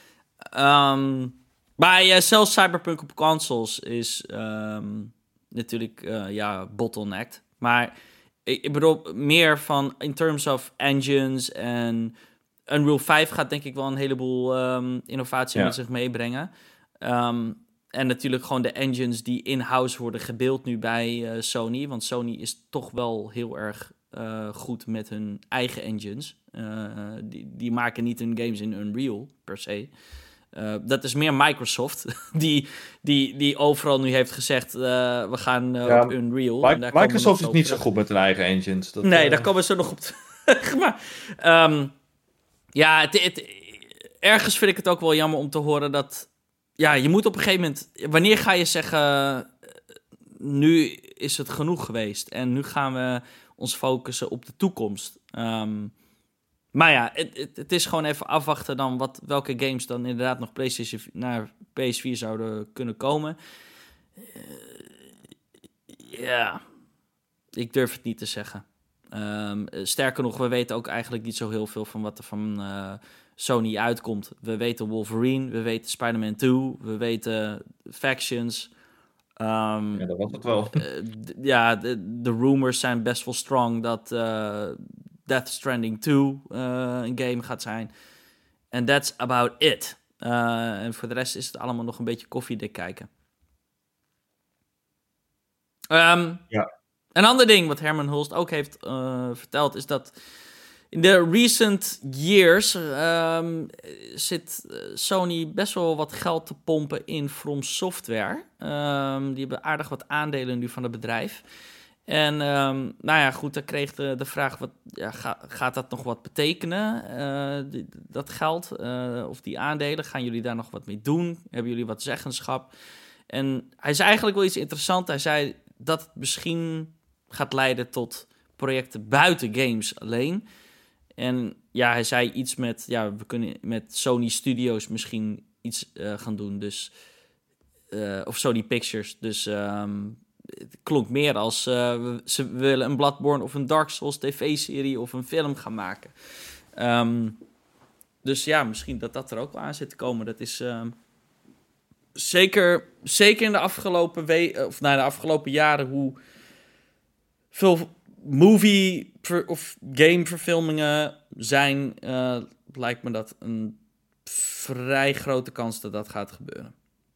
Maar zelfs Cyberpunk op consoles is natuurlijk bottlenecked. Maar ik bedoel meer van in terms of engines en Unreal 5 gaat denk ik wel een heleboel innovatie met zich meebrengen. En natuurlijk gewoon de engines die in-house worden gebeeld nu bij Sony. Want Sony is toch wel heel erg goed met hun eigen engines. Die maken niet hun games in Unreal, per se. Dat is meer Microsoft, die overal nu heeft gezegd... we gaan op Unreal. Microsoft is niet zo goed met hun eigen engines. Daar komen ze nog op terug. Maar ergens vind ik het ook wel jammer om te horen dat... Ja, je moet op een gegeven moment... Wanneer ga je zeggen... nu is het genoeg geweest en nu gaan we ons focussen op de toekomst. Maar ja, het is gewoon even afwachten dan welke games dan inderdaad nog PlayStation naar PS4 zouden kunnen komen. Ik durf het niet te zeggen. Sterker nog, we weten ook eigenlijk niet zo heel veel van wat er van Sony uitkomt. We weten Wolverine, we weten Spider-Man 2, we weten Factions. Dat was het wel. De rumors zijn best wel strong dat Death Stranding 2 een game gaat zijn. And that's about it. En voor de rest is het allemaal nog een beetje koffiedik kijken. Een ander ding wat Herman Hulst ook heeft verteld is dat in de recent years zit Sony best wel wat geld te pompen in From Software. Die hebben aardig wat aandelen nu van het bedrijf. En dan kreeg de vraag, gaat dat nog wat betekenen, dat geld of die aandelen? Gaan jullie daar nog wat mee doen? Hebben jullie wat zeggenschap? En hij zei eigenlijk wel iets interessants. Hij zei dat het misschien gaat leiden tot projecten buiten games alleen. En ja, hij zei iets met... Ja, we kunnen met Sony Studios misschien iets gaan doen. Dus, of Sony Pictures. Dus het klonk meer als... ze willen een Bloodborne of een Dark Souls tv-serie of een film gaan maken. Dus ja, misschien dat er ook wel aan zit te komen. Dat is zeker in de afgelopen jaren... hoe veel movie of gameverfilmingen zijn, lijkt me dat een vrij grote kans dat gaat gebeuren.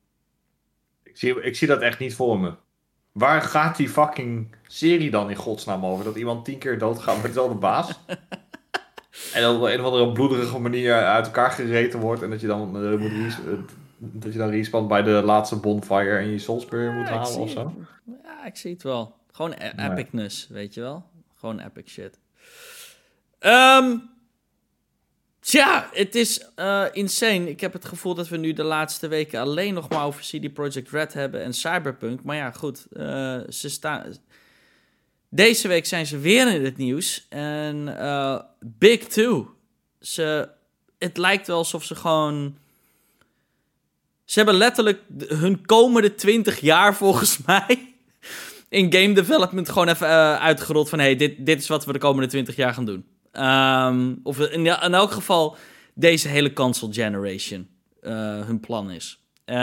Ik zie dat echt niet voor me. Waar gaat die fucking serie dan in godsnaam over? Dat iemand 10 keer doodgaat met dezelfde baas? En dat op een of andere bloederige manier uit elkaar gereten wordt en dat je dan respawnt bij de laatste bonfire en je soulspear moet halen of zo? Ja, ik zie het wel. Gewoon epicness, weet je wel? Gewoon epic shit. Het is insane. Ik heb het gevoel dat we nu de laatste weken alleen nog maar over CD Projekt Red hebben en Cyberpunk. Maar ja, goed. Deze week zijn ze weer in het nieuws. En Big Two. Het lijkt wel alsof ze gewoon... Ze hebben letterlijk hun komende 20 jaar volgens mij... in game development gewoon even uitgerold van... hey, dit is wat we de komende 20 jaar gaan doen. Of in elk geval deze hele console generation hun plan is.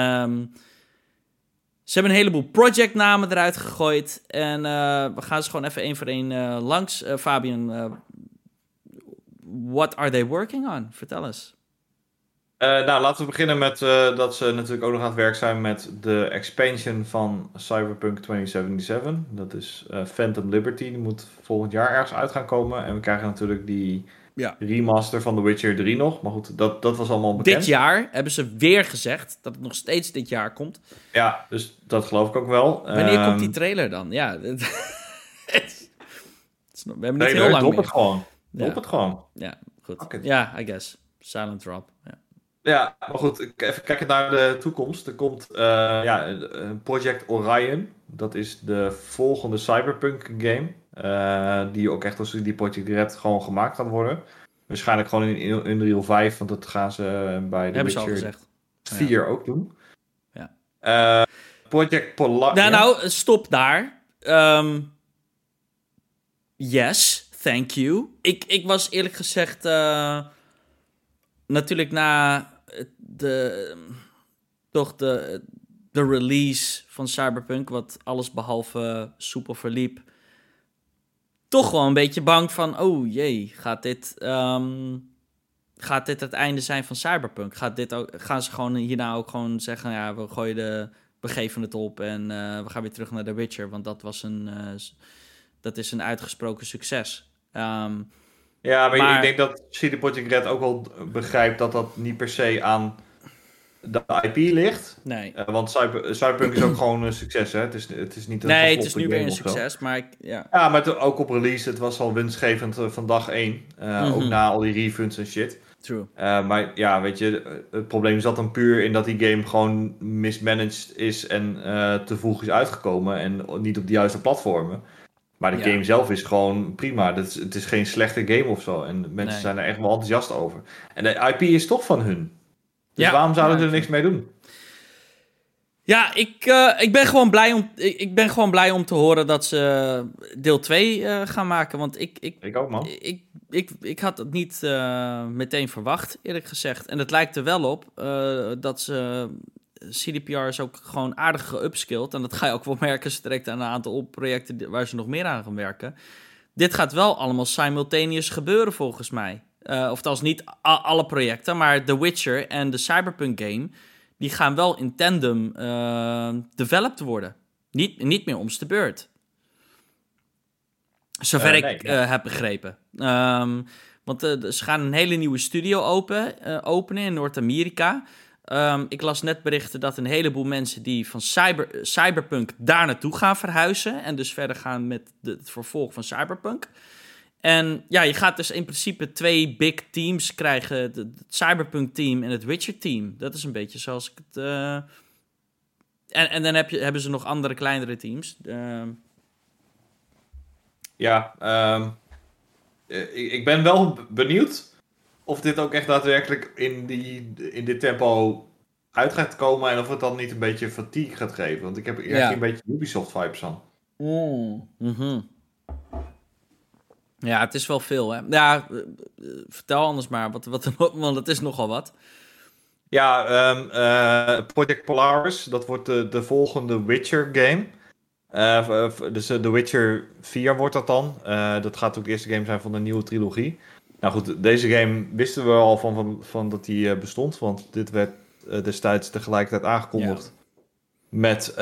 Ze hebben een heleboel projectnamen eruit gegooid. En we gaan ze gewoon even één voor één langs. Fabian, what are they working on? Vertel eens. Laten we beginnen met dat ze natuurlijk ook nog aan het werk zijn met de expansion van Cyberpunk 2077. Dat is Phantom Liberty. Die moet volgend jaar ergens uit gaan komen. En we krijgen natuurlijk die remaster van The Witcher 3 nog. Maar goed, dat was allemaal bekend. Dit jaar hebben ze weer gezegd dat het nog steeds dit jaar komt. Ja, dus dat geloof ik ook wel. Wanneer komt die trailer dan? Ja, we hebben niet heel lang drop meer. Het gewoon. Drop het gewoon. Ja, goed. Ja, I guess. Silent drop, Ja, maar goed, even kijken naar de toekomst. Er komt Project Orion. Dat is de volgende Cyberpunk game. Die ook echt als die Project Red gewoon gemaakt gaat worden. Waarschijnlijk gewoon in Unreal 5, want dat gaan ze bij de Witcher 4 ook doen. Ja. Project Polar... Nou, stop daar. Yes, thank you. Ik was eerlijk gezegd... natuurlijk na de release van Cyberpunk, wat alles behalve soepel verliep, toch wel een beetje bang van, oh jee, gaat dit het einde zijn van Cyberpunk? Gaan ze gewoon hierna ook gewoon zeggen, ja, we geven het op en we gaan weer terug naar The Witcher, want dat is een uitgesproken succes. Ja, maar ik denk dat CD Projekt Red ook wel begrijpt dat dat niet per se aan de IP ligt. Nee. Want Cyberpunk is ook gewoon een succes, hè? Het is niet een nee, het is nu weer een succes, maar ja. Ja, maar ook op release, het was al winstgevend van dag 1. Ook na al die refunds en shit. True. Maar ja, weet je, het probleem zat dan puur in dat die game gewoon mismanaged is en te vroeg is uitgekomen en niet op de juiste platformen. Maar de game zelf is gewoon prima. Het is geen slechte game of zo. En mensen zijn er echt wel enthousiast over. En de IP is toch van hun. Dus waarom zouden ze er niks mee doen? Ja, ik ben gewoon blij om te horen dat ze deel 2 gaan maken. Want ik ook, man. Ik had het niet meteen verwacht, eerlijk gezegd. En het lijkt er wel op dat ze... CDPR is ook gewoon aardig geupskilled. En dat ga je ook wel merken direct aan een aantal projecten waar ze nog meer aan gaan werken. Dit gaat wel allemaal simultaneous gebeuren volgens mij. Of althans niet alle projecten, maar The Witcher en de Cyberpunk game... die gaan wel in tandem developed worden. Niet meer om's de beurt. Zover ik heb begrepen. Want ze gaan een hele nieuwe studio openen in Noord-Amerika. Ik las net berichten dat een heleboel mensen die van Cyberpunk daar naartoe gaan verhuizen. En dus verder gaan met het vervolg van Cyberpunk. En ja, je gaat dus in principe 2 big teams krijgen. Het Cyberpunk team en het Witcher team. Dat is een beetje zoals ik het... En dan hebben ze nog andere kleinere teams. Ik ben wel benieuwd of dit ook echt daadwerkelijk in dit tempo uit gaat komen en of het dan niet een beetje fatigue gaat geven. Want ik heb een beetje Ubisoft-vibes aan. Ja, het is wel veel, hè? Ja, vertel anders maar, want het is nogal wat. Ja, Project Polaris, dat wordt de volgende Witcher-game. Dus The Witcher 4 wordt dat dan. Dat gaat ook de eerste game zijn van de nieuwe trilogie. Nou goed, deze game wisten we al van dat die bestond. Want dit werd destijds tegelijkertijd aangekondigd. Met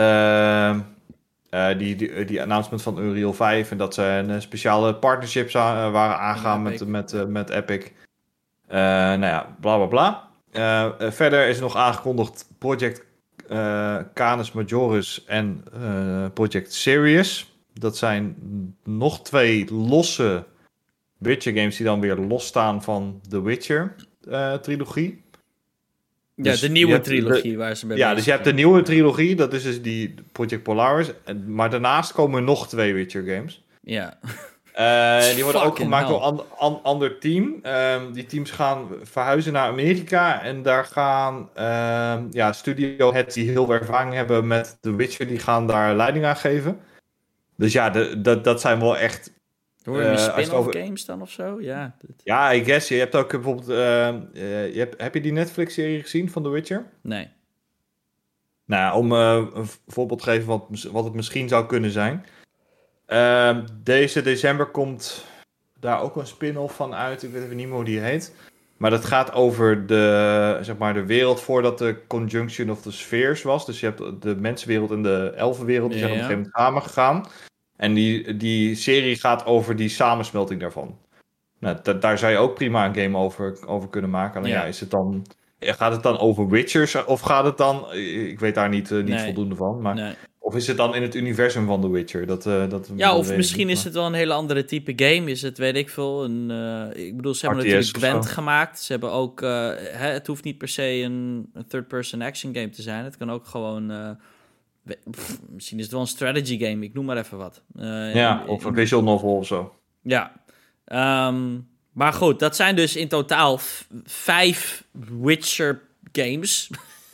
die announcement van Unreal 5. En dat ze een speciale partnerships waren aangegaan met Epic. Nou ja, bla bla bla. Verder is nog aangekondigd Project Canis Majoris en Project Sirius. Dat zijn nog 2 losse Witcher games die dan weer losstaan van de Witcher trilogie. Ja, dus de nieuwe trilogie waar ze mee bezig zijn. Ja, dus je hebt de nieuwe trilogie, dat is dus die Project Polaris. Maar daarnaast komen er nog 2 Witcher games. Ja. Die worden ook gemaakt door een ander team. Die teams gaan verhuizen naar Amerika. En daar gaan studio heads die heel veel ervaring hebben met The Witcher, die gaan daar leiding aan geven. Dus ja, dat zijn wel echt... Hoor je spin-off games dan of zo? Ja, ja, I guess. Je hebt ook bijvoorbeeld... heb je die Netflix-serie gezien van The Witcher? Nee. Nou, om een voorbeeld te geven wat het misschien zou kunnen zijn. Deze december komt daar ook een spin-off van uit. Ik weet even niet meer hoe die heet. Maar dat gaat over de wereld voordat de Conjunction of the Spheres was. Dus je hebt de mensenwereld en de elfenwereld. Die zijn op een gegeven moment samengegaan. En die serie gaat over die samensmelting daarvan. Nou, daar zou je ook prima een game over kunnen maken. Alleen is het dan... Gaat het dan over Witchers? Of gaat het dan... Ik weet daar niet voldoende van. Maar, nee. Of is het dan in het universum van The Witcher? Of misschien is het wel een hele andere type game. Is het, weet ik veel. Ik bedoel, ze hebben natuurlijk Gwent gemaakt. Ze hebben ook... het hoeft niet per se een third-person action game te zijn. Het kan ook gewoon... misschien is het wel een strategy game. Ik noem maar even wat. Of een visual novel of zo. Ja. Maar goed, dat zijn dus in totaal 5 Witcher games.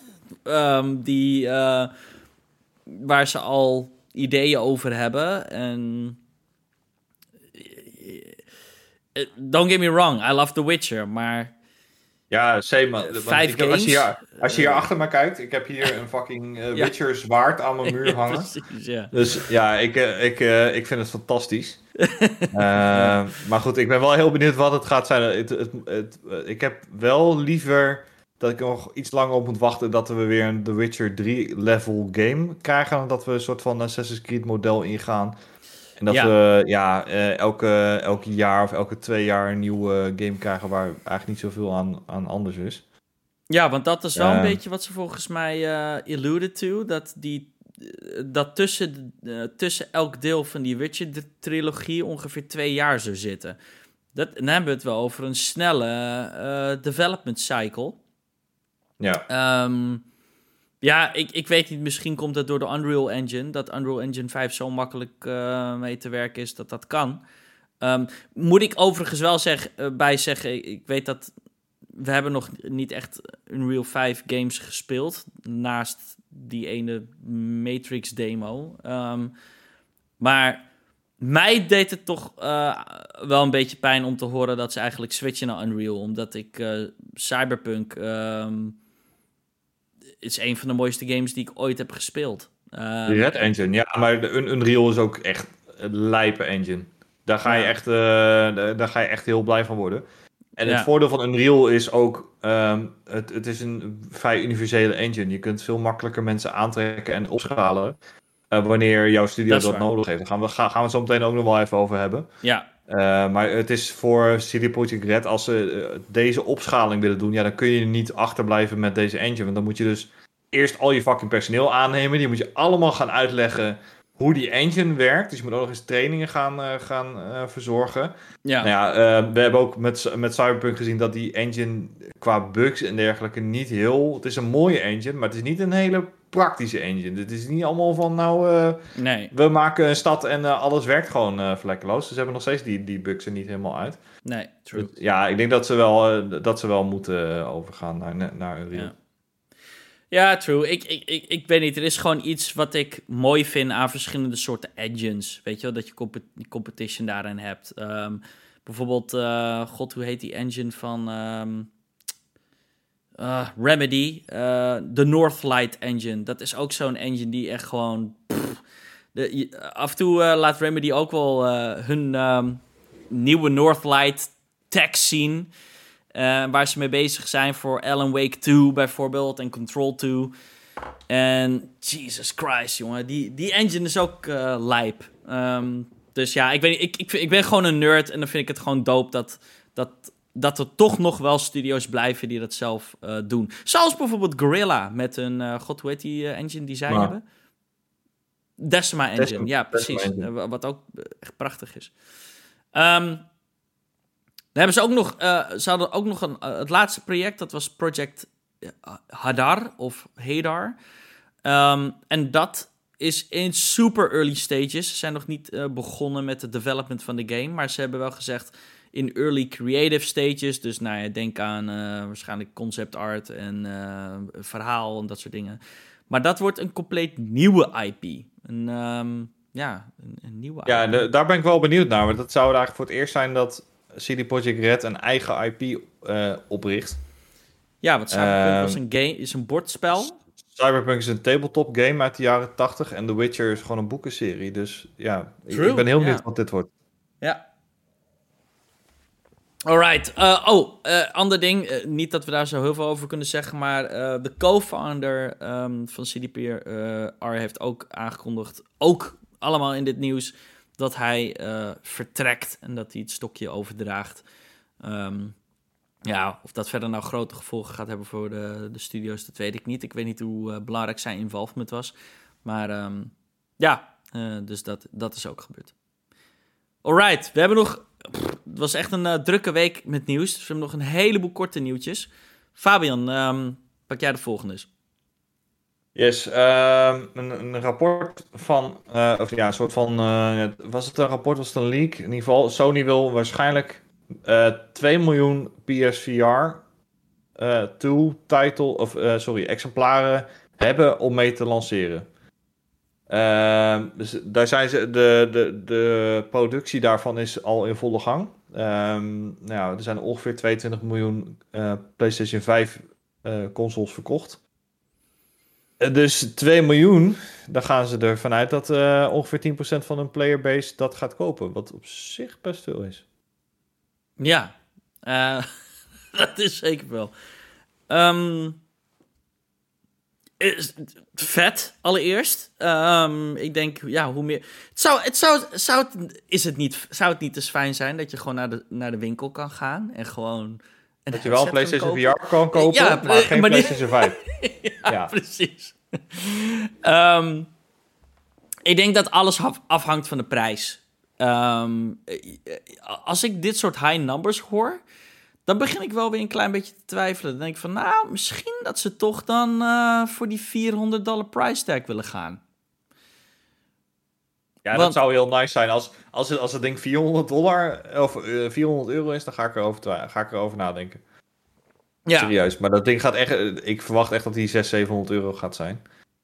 Waar ze al ideeën over hebben. En don't get me wrong, I love The Witcher, maar... Ja, same. 5 games. Als je hier achter me kijkt, ik heb hier een fucking Witcher zwaard aan mijn muur hangen. Precies, ja. Dus ja, ik vind het fantastisch. Maar goed, ik ben wel heel benieuwd wat het gaat zijn. Ik heb wel liever dat ik nog iets langer op moet wachten dat we weer een The Witcher 3 level game krijgen. Dan dat we een soort van Assassin's Creed model ingaan. En dat we elke jaar of elke 2 jaar een nieuwe game krijgen waar eigenlijk niet zoveel aan anders is. Ja, want dat is wel een beetje wat ze volgens mij alluded to. Dat tussen elk deel van die Witcher-trilogie ongeveer 2 jaar zou zitten. Dan hebben we het wel over een snelle development cycle. Ja. Ik weet niet, misschien komt dat door de Unreal Engine. Dat Unreal Engine 5 zo makkelijk mee te werken is dat kan. Moet ik overigens wel zeggen, ik weet dat we hebben nog niet echt Unreal 5 games gespeeld. Naast die ene Matrix demo. Maar mij deed het toch wel een beetje pijn om te horen dat ze eigenlijk switchen naar Unreal. Omdat ik Cyberpunk is een van de mooiste games die ik ooit heb gespeeld. De Red Engine, ja, maar de Unreal is ook echt een lijpe engine. Daar ga je echt heel blij van worden. En het voordeel van Unreal is ook, het is een vrij universele engine. Je kunt veel makkelijker mensen aantrekken en opschalen wanneer jouw studio dat nodig heeft. Daar gaan we het zo meteen ook nog wel even over hebben. Ja. Maar het is voor CD Projekt Red, als ze deze opschaling willen doen, ja, dan kun je niet achterblijven met deze engine. Want dan moet je dus eerst al je fucking personeel aannemen. Die moet je allemaal gaan uitleggen hoe die engine werkt. Dus je moet ook nog eens trainingen gaan verzorgen. Ja. Nou ja, we hebben ook met Cyberpunk gezien dat die engine qua bugs en dergelijke niet heel... Het is een mooie engine, maar het is niet een hele praktische engine. Het is niet allemaal van nee. We maken een stad en alles werkt gewoon vlekkeloos. Dus ze hebben nog steeds die bugs er niet helemaal uit. Nee, true. Dus, ja, ik denk dat ze wel moeten overgaan naar Unreal. Ja. Ja, true. Ik weet niet. Er is gewoon iets wat ik mooi vind aan verschillende soorten engines. Weet je wel, dat je competition daarin hebt. Bijvoorbeeld, hoe heet die engine van Remedy? De Northlight engine. Dat is ook zo'n engine die echt gewoon... af en toe laat Remedy ook wel hun nieuwe Northlight tech zien... waar ze mee bezig zijn voor Alan Wake 2 bijvoorbeeld en Control 2. En Jesus Christ, jongen. Die engine is ook lijp. Dus ja, ik weet niet, ik ben gewoon een nerd en dan vind ik het gewoon dope dat er toch nog wel studio's blijven die dat zelf doen. Zoals bijvoorbeeld Guerrilla met een, hoe heet die engine die zij hebben? Decima engine, ja precies. Engine. Wat ook echt prachtig is. Dan hebben ze ook nog, ze hadden ook nog het laatste project, dat was Project Hadar of Hadar. En dat is in super early stages. Ze zijn nog niet begonnen met het development van de game, maar ze hebben wel gezegd in early creative stages. Dus nou ja, denk aan waarschijnlijk concept art en verhaal en dat soort dingen. Maar dat wordt een compleet nieuwe IP. Een nieuwe IP. Ja, daar ben ik wel benieuwd naar, want dat zou eigenlijk voor het eerst zijn dat CD Projekt Red een eigen IP opricht. Ja, want Cyberpunk is een bordspel. Cyberpunk is een tabletop game uit de jaren 80 en The Witcher is gewoon een boekenserie. Dus ja, ik ben heel benieuwd wat dit wordt. Ja. Alright. Ander ding. Niet dat we daar zo heel veel over kunnen zeggen, maar de co-founder van CDPR heeft ook aangekondigd, ook allemaal in dit nieuws, dat hij vertrekt en dat hij het stokje overdraagt. Of dat verder nou grote gevolgen gaat hebben voor de studio's, dat weet ik niet. Ik weet niet hoe belangrijk zijn involvement was. Maar dus dat is ook gebeurd. Alright, we hebben nog... Het was echt een drukke week met nieuws. Dus we hebben nog een heleboel korte nieuwtjes. Fabian, pak jij de volgende. Yes, een rapport van... een soort van... was het een rapport, was het een leak? In ieder geval, Sony wil waarschijnlijk 2 miljoen PSVR 2 exemplaren hebben om mee te lanceren. Dus daar zijn ze, de productie daarvan is al in volle gang. Er zijn ongeveer 22 miljoen PlayStation 5 consoles verkocht. Dus 2 miljoen, dan gaan ze ervan uit dat ongeveer 10% van hun playerbase dat gaat kopen. Wat op zich best veel is. Ja, dat is zeker wel. Vet, allereerst. Ik denk, ja, hoe meer... Zou het niet eens fijn zijn dat je gewoon naar de winkel kan gaan en gewoon... Dat je wel een PlayStation VR kan kopen, ja, maar geen PlayStation 5. ja, precies. Ik denk dat alles afhangt van de prijs. Als ik dit soort high numbers hoor, dan begin ik wel weer een klein beetje te twijfelen. Dan denk ik van, nou, misschien dat ze toch dan voor die $400 price tag willen gaan. Ja, dat zou heel nice zijn. Als het ding $400 of €400 is, dan ga ik erover nadenken. Ja. Serieus, maar dat ding gaat echt... Ik verwacht echt dat die €600-700 gaat zijn.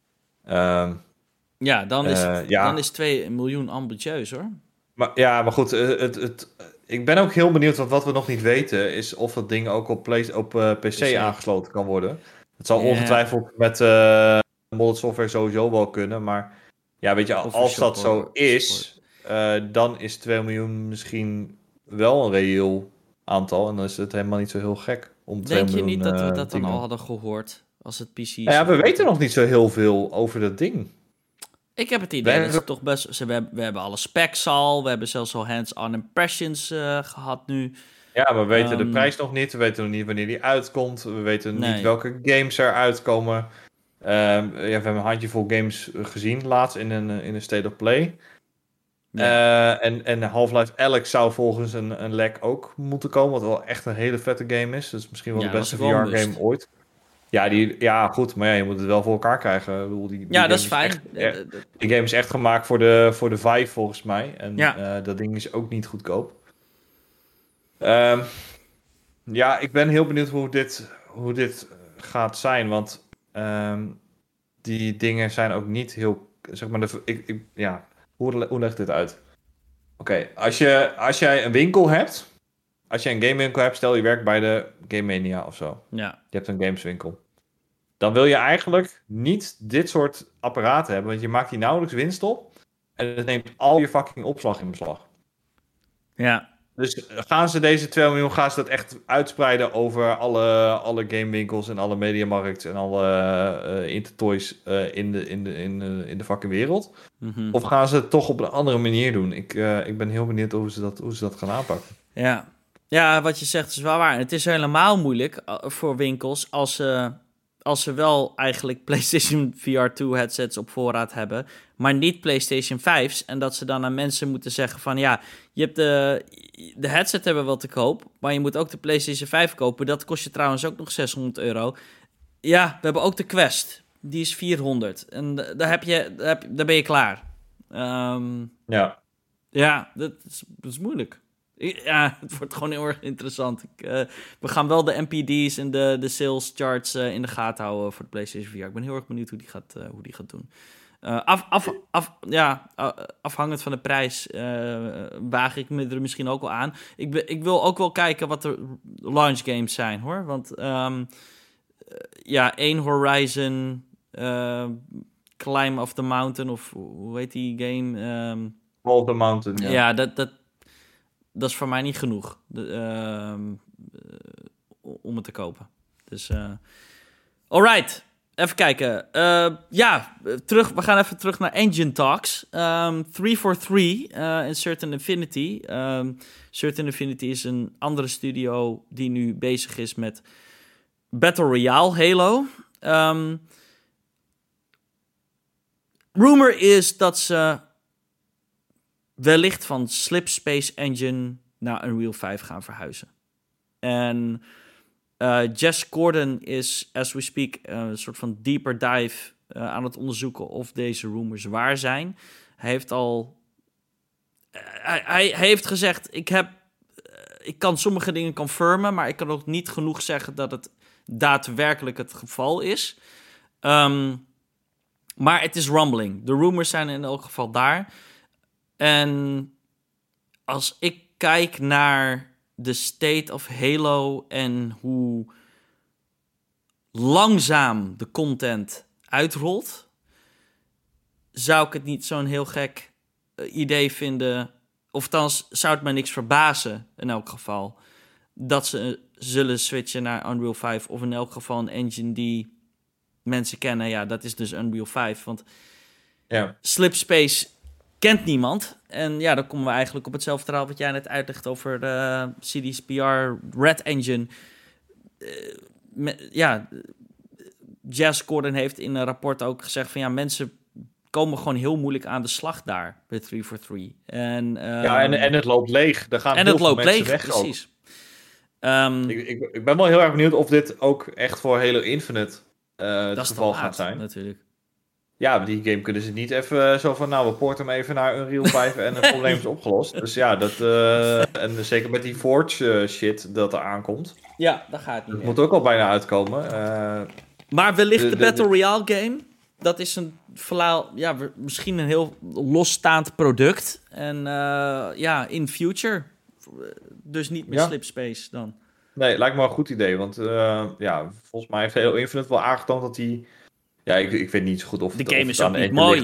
Ja, dan is 2 miljoen ambitieus, hoor. Maar goed, ik ben ook heel benieuwd, want wat we nog niet weten is of dat ding ook op PC aangesloten kan worden. Het zal ongetwijfeld met modded software sowieso wel kunnen, maar ja, weet je, als dat zo is, dan is 2 miljoen misschien wel een reëel aantal en dan is het helemaal niet zo heel gek om 2 miljoen. Denk je niet dat we dat dan al hadden gehoord als het PC is? Ja, we weten nog niet zo heel veel over dat ding. Ik heb het idee dat ze toch best... We hebben alle specs al. We hebben zelfs al hands-on impressions gehad nu. Ja, maar we weten de prijs nog niet. We weten nog niet wanneer die uitkomt. We weten niet welke games er uitkomen. We hebben een handjevol games gezien laatst in een State of Play. Ja. En Half-Life Alyx zou volgens een lek ook moeten komen. Wat wel echt een hele vette game is. Dus misschien wel de beste VR-game ooit. Ja, goed, maar je moet het wel voor elkaar krijgen. Ik bedoel, dat is fijn. Die game is echt gemaakt voor de Vive, volgens mij. En dat ding is ook niet goedkoop. Ik ben heel benieuwd hoe dit gaat zijn. Want die dingen zijn ook niet heel... Zeg maar, hoe legt dit uit? Oké, als jij een winkel hebt... Als je een gamewinkel hebt, stel je werkt bij de Game Mania of zo. Ja. Je hebt een gameswinkel. Dan wil je eigenlijk niet dit soort apparaten hebben, want je maakt die nauwelijks winst op. En het neemt al je fucking opslag in beslag. Ja. Dus gaan ze deze 2 miljoen, gaan ze dat echt uitspreiden over alle gamewinkels en alle mediamarkts en alle Intertoys in de fucking wereld? Mm-hmm. Of gaan ze het toch op een andere manier doen? Ik ben heel benieuwd hoe ze dat gaan aanpakken. Ja, wat je zegt is wel waar. Het is helemaal moeilijk voor winkels als ze wel eigenlijk PlayStation VR 2 headsets op voorraad hebben, maar niet PlayStation 5's. En dat ze dan aan mensen moeten zeggen van ja, je hebt de headset hebben we wel te koop, maar je moet ook de PlayStation 5 kopen. Dat kost je trouwens ook nog €600. Ja, we hebben ook de Quest. Die is $400. En daar ben je klaar. Ja, dat is moeilijk. Ja, het wordt gewoon heel erg interessant. We gaan wel de NPD's en de sales charts in de gaten houden voor de PlayStation VR. Ik ben heel erg benieuwd hoe die gaat doen. Afhangend van de prijs waag ik me er misschien ook wel aan. Ik wil ook wel kijken wat de launch games zijn, hoor. Want één Horizon, Climb of the Mountain, of hoe heet die game? Call of the Mountain, ja. Ja, dat is voor mij niet genoeg om het te kopen. Dus, alright. Even kijken. We gaan even terug naar Engine Talks. 343 en Certain Affinity. Certain Affinity is een andere studio die nu bezig is met Battle Royale Halo. Rumor is dat ze wellicht van Slipspace Engine naar Unreal 5 gaan verhuizen. En Jess Gordon is, as we speak, een soort van deeper dive aan het onderzoeken of deze rumors waar zijn. Hij heeft gezegd, ik kan sommige dingen confirmen, maar ik kan ook niet genoeg zeggen dat het daadwerkelijk het geval is. Maar het is rumbling. De rumors zijn in elk geval daar. En als ik kijk naar de state of Halo en hoe langzaam de content uitrolt, zou ik het niet zo'n heel gek idee vinden. Of althans, zou het mij niks verbazen in elk geval dat ze zullen switchen naar Unreal 5. Of in elk geval een engine die mensen kennen. Ja, dat is dus Unreal 5. Want Slipspace kent niemand. En ja, dan komen we eigenlijk op hetzelfde verhaal wat jij net uitlegt over de CDPR Red Engine. Jazz Gordon heeft in een rapport ook gezegd van ja, mensen komen gewoon heel moeilijk aan de slag daar bij 343. En het loopt leeg. Er gaan heel veel mensen weg. Precies. Ik ben wel heel erg benieuwd of dit ook echt voor Halo Infinite het geval gaat zijn. Natuurlijk. Ja, die game kunnen ze niet even zo van, nou, we poorten hem even naar Unreal 5 en het probleem is opgelost. Dus ja, en zeker met die Forge shit dat er aankomt. Ja, dat gaat niet meer. Moet ook al bijna uitkomen. Maar wellicht de Battle Royale game, dat is een misschien een heel losstaand product. En in future, dus niet meer Slipspace dan. Nee, lijkt me wel een goed idee, want volgens mij heeft Halo Infinite wel aangetoond dat hij... Ja, ik weet niet zo goed of de game is ook niet mooi.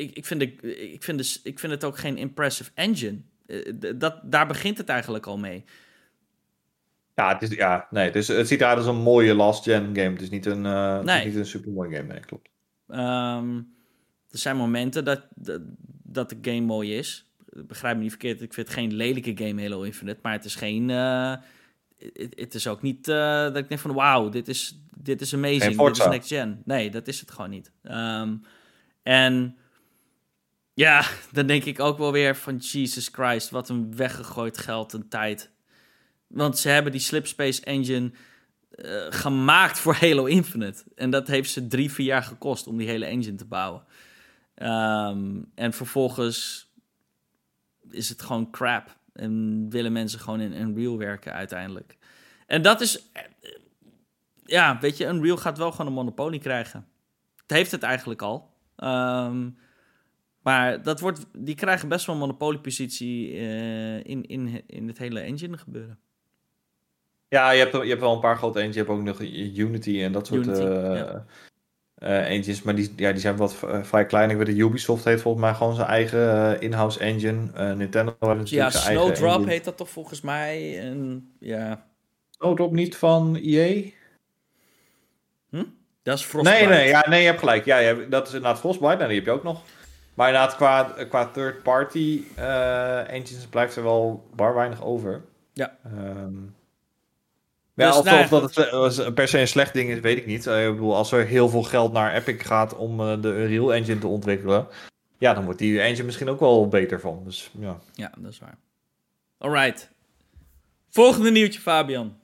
Ik vind het ook geen impressive engine. Daar begint het eigenlijk al mee. Ja, het ziet eruit als een mooie last-gen game. Het is niet een super mooi game, nee, klopt. Er zijn momenten dat de game mooi is. Begrijp me niet verkeerd, ik vind het geen lelijke game, Halo Infinite. Maar het is geen... Het is ook niet dat ik denk van wauw, dit is amazing, dit is next gen. Nee, dat is het gewoon niet. En ja, dan denk ik ook wel weer van Jesus Christ, wat een weggegooid geld en tijd. Want ze hebben die Slipspace engine gemaakt voor Halo Infinite. En dat heeft ze 3-4 jaar gekost om die hele engine te bouwen. En vervolgens is het gewoon crap. En willen mensen gewoon in Unreal werken uiteindelijk. En dat is... Ja, weet je, Unreal gaat wel gewoon een monopolie krijgen. Het heeft het eigenlijk al. Maar die krijgen best wel een monopoliepositie in het hele engine gebeuren. Ja, je hebt wel een paar grote engines. Je hebt ook nog Unity en dat soort engines. Maar die zijn wat vrij klein. Ik weet dat Ubisoft heeft volgens mij gewoon zijn eigen in-house engine. Nintendo heeft natuurlijk zijn eigen engine. Snowdrop heet dat toch volgens mij. Snowdrop niet van EA? Dat is Frostbite. Nee, je hebt gelijk. Ja, dat is inderdaad Frostbite. Nou, die heb je ook nog. Maar inderdaad, qua third-party engines blijft er wel bar weinig over. Ja. Ja, of dat het per se een slecht ding is, weet ik niet. Ik bedoel, als er heel veel geld naar Epic gaat om de Unreal Engine te ontwikkelen, ja, dan wordt die engine misschien ook wel beter van. Dus, ja. Ja, dat is waar. Alright. Volgende nieuwtje, Fabian.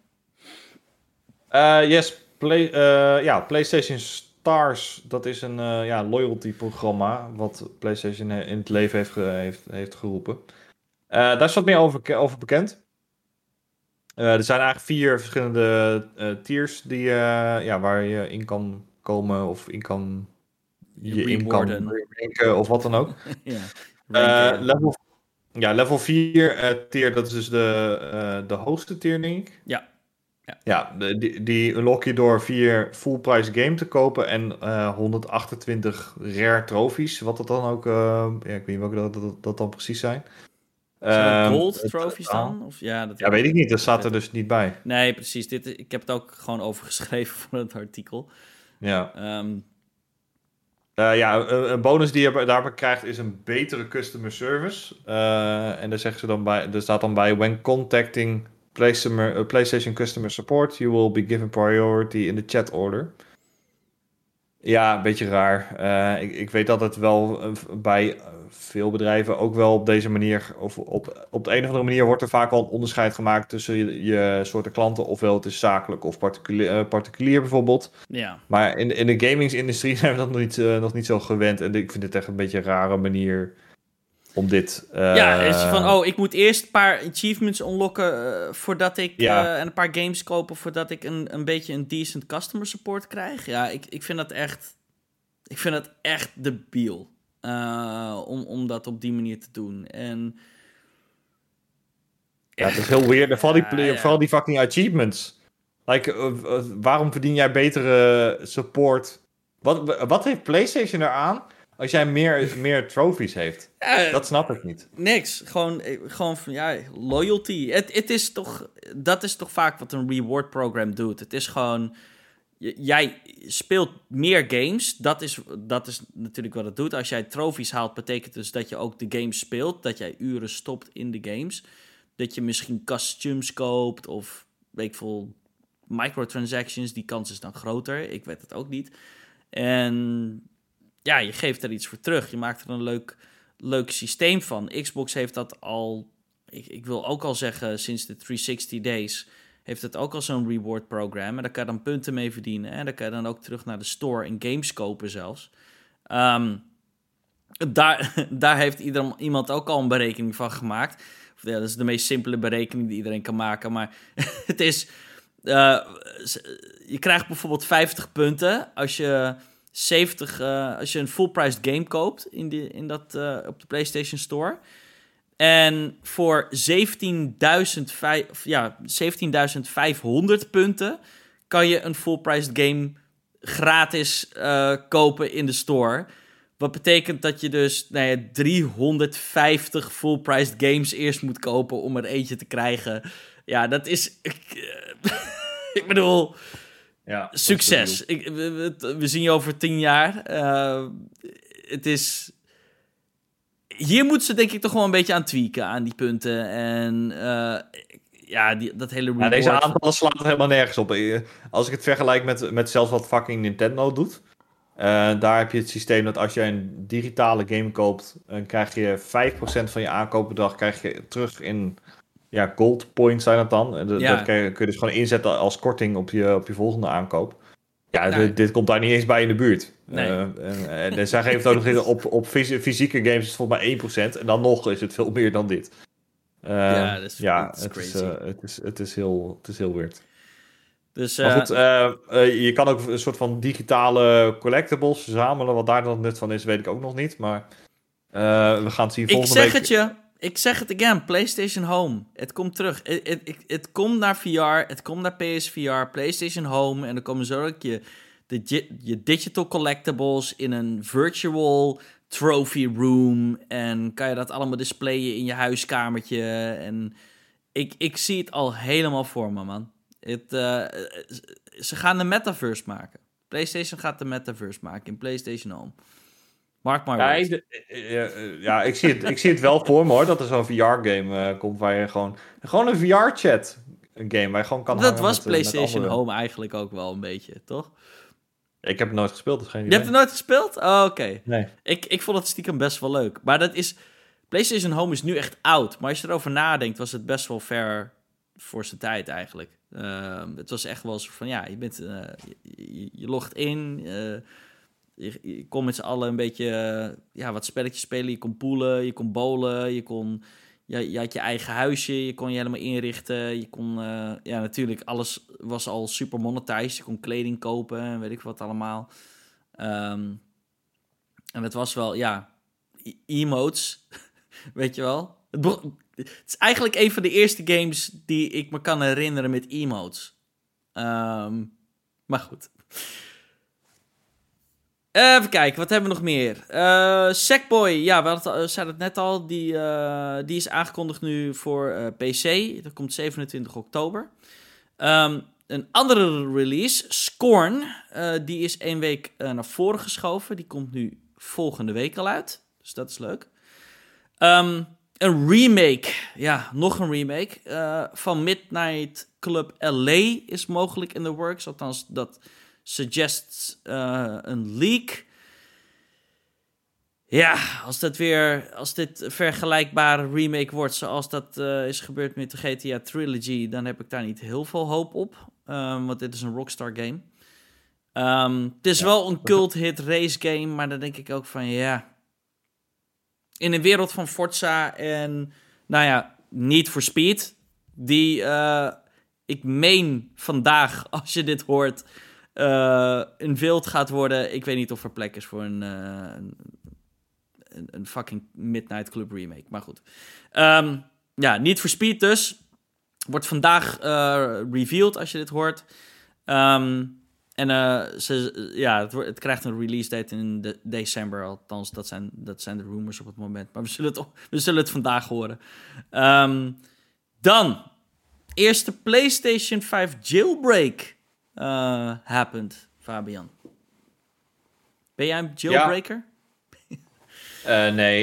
PlayStation Stars, dat is een loyalty-programma wat PlayStation in het leven heeft geroepen. Daar is wat meer over bekend. Er zijn eigenlijk 4 verschillende tiers waar je in kan komen of in kan ranken of wat dan ook. Level 4 tier, dat is dus de hoogste tier, denk ik. Ja, die unlock je door 4 full price game te kopen en 128 rare trophies, wat dat dan ook... ik weet niet welke dat dan precies zijn. Zijn gold trophies dan? Of, dat weet ik niet. Dat staat er dus niet bij. Nee, precies. Ik heb het ook gewoon overgeschreven voor het artikel. Ja. Een bonus die je daarbij krijgt is een betere customer service. En daar zeggen ze dan bij, er staat dan bij: when contacting PlayStation customer support, you will be given priority in the chat order. Ja, een beetje raar. Ik weet dat het wel bij veel bedrijven ook wel op deze manier, of op de een of andere manier wordt er vaak al een onderscheid gemaakt tussen je soorten klanten, ofwel het is zakelijk of particulier bijvoorbeeld. Ja. Maar in de gamingsindustrie zijn we dat nog niet zo gewend. En ik vind het echt een beetje een rare manier om dit... is van, ik moet eerst een paar achievements unlocken voordat ik... en een paar games kopen voordat ik een beetje een decent customer support krijg. Ja, ik vind dat echt... Ik vind het echt debiel om dat op die manier te doen. En Ja, het is heel weird. Vooral die fucking achievements. Like, waarom verdien jij betere support? Wat heeft PlayStation eraan als jij meer trophies heeft? Dat snap ik niet. Niks. Gewoon van, loyalty. Het is toch... Dat is toch vaak wat een reward program doet. Het is gewoon... Jij speelt meer games. Dat is natuurlijk wat het doet. Als jij trophies haalt, betekent dus dat je ook de games speelt. Dat jij uren stopt in de games. Dat je misschien costumes koopt of weet ik veel, microtransactions. Die kans is dan groter. Ik weet het ook niet. En ja, je geeft er iets voor terug. Je maakt er een leuk systeem van. Xbox heeft dat al, ik wil ook al zeggen, sinds de 360 days heeft het ook al zo'n reward program. En daar kan je dan punten mee verdienen. En dan kan je dan ook terug naar de store en games kopen zelfs. Daar heeft iemand ook al een berekening van gemaakt. Ja, dat is de meest simpele berekening die iedereen kan maken. Maar het is... je krijgt bijvoorbeeld 50 punten als je als je een full-priced game koopt op de PlayStation Store. En voor 17.500 punten kan je een full-priced game gratis kopen in de store. Wat betekent dat je dus 350 full-priced games eerst moet kopen om er eentje te krijgen. Ja, dat is... ik bedoel... Ja, succes. We zien je over 10 jaar. Het is... Hier moeten ze denk ik toch gewoon een beetje aan tweaken aan die punten. En dat hele reward... Deze aantallen slaan er helemaal nergens op. Als ik het vergelijk met zelfs wat fucking Nintendo doet... daar heb je het systeem dat als je een digitale game koopt... dan krijg je 5% van je aankoopbedrag krijg je terug in... Ja, gold points zijn het dan. Dat kun je dus gewoon inzetten als korting op je volgende aankoop. Ja, dit komt daar niet eens bij in de buurt. Nee. En zij geven het ook nog op fysieke games is het volgens mij 1%. En dan nog is het veel meer dan dit. Dat is crazy. Het is heel weird. Dus, maar goed, je kan ook een soort van digitale collectibles verzamelen. Wat daar dan het nut van is, weet ik ook nog niet. Maar we gaan het zien volgende week. Ik zeg het again, PlayStation Home. Het komt terug. Het komt naar VR, het komt naar PSVR, PlayStation Home. En dan komen zo ook je digital collectibles in een virtual trophy room. En kan je dat allemaal displayen in je huiskamertje. En ik zie het al helemaal voor me, man. Ze gaan de metaverse maken. PlayStation gaat de metaverse maken in PlayStation Home. Mark my words. Ik zie het wel voor me hoor, dat er zo'n VR-game komt waar je gewoon een VR-chat game waar je gewoon kan hangen. Dat was PlayStation Home eigenlijk ook wel een beetje, toch? Ik heb het nooit gespeeld, dus geen idee. Je hebt het nooit gespeeld? Oh, oké. Nee. Ik vond het stiekem best wel leuk. Maar dat is... PlayStation Home is nu echt oud. Maar als je erover nadenkt, was het best wel ver voor zijn tijd eigenlijk. Het was echt wel zo van, je bent... je logt in... Je kon met z'n allen een beetje wat spelletjes spelen. Je kon poelen, je kon bowlen, je had je eigen huisje, je kon je helemaal inrichten. Je kon, natuurlijk, alles was al super monetized. Je kon kleding kopen en weet ik wat allemaal. En het was wel, emotes, weet je wel. Het is eigenlijk een van de eerste games die ik me kan herinneren met emotes. Maar goed. Even kijken, wat hebben we nog meer? Sackboy, we zeiden het net al. Die is aangekondigd nu voor PC. Dat komt 27 oktober. Een andere release, Scorn, die is 1 week naar voren geschoven. Die komt nu volgende week al uit. Dus dat is leuk. Een remake, nog een remake van Midnight Club LA is mogelijk in the works. Althans, dat suggests een leak. Ja, als dit een vergelijkbare remake wordt zoals dat is gebeurd met de GTA Trilogy, dan heb ik daar niet heel veel hoop op. Want dit is een Rockstar game. Het is wel een cult hit race game, maar dan denk ik ook van in een wereld van Forza en Need for Speed, die ik meen vandaag, als je dit hoort, een wild gaat worden. Ik weet niet of er plek is voor een fucking Midnight Club remake. Maar goed. Need for Speed dus. Wordt vandaag revealed als je dit hoort. Het krijgt een release date in december. Althans, dat zijn de rumors op het moment. Maar we zullen het vandaag horen. Dan. Eerste PlayStation 5 jailbreak happened, Fabian. Ben jij een jailbreaker? Nee,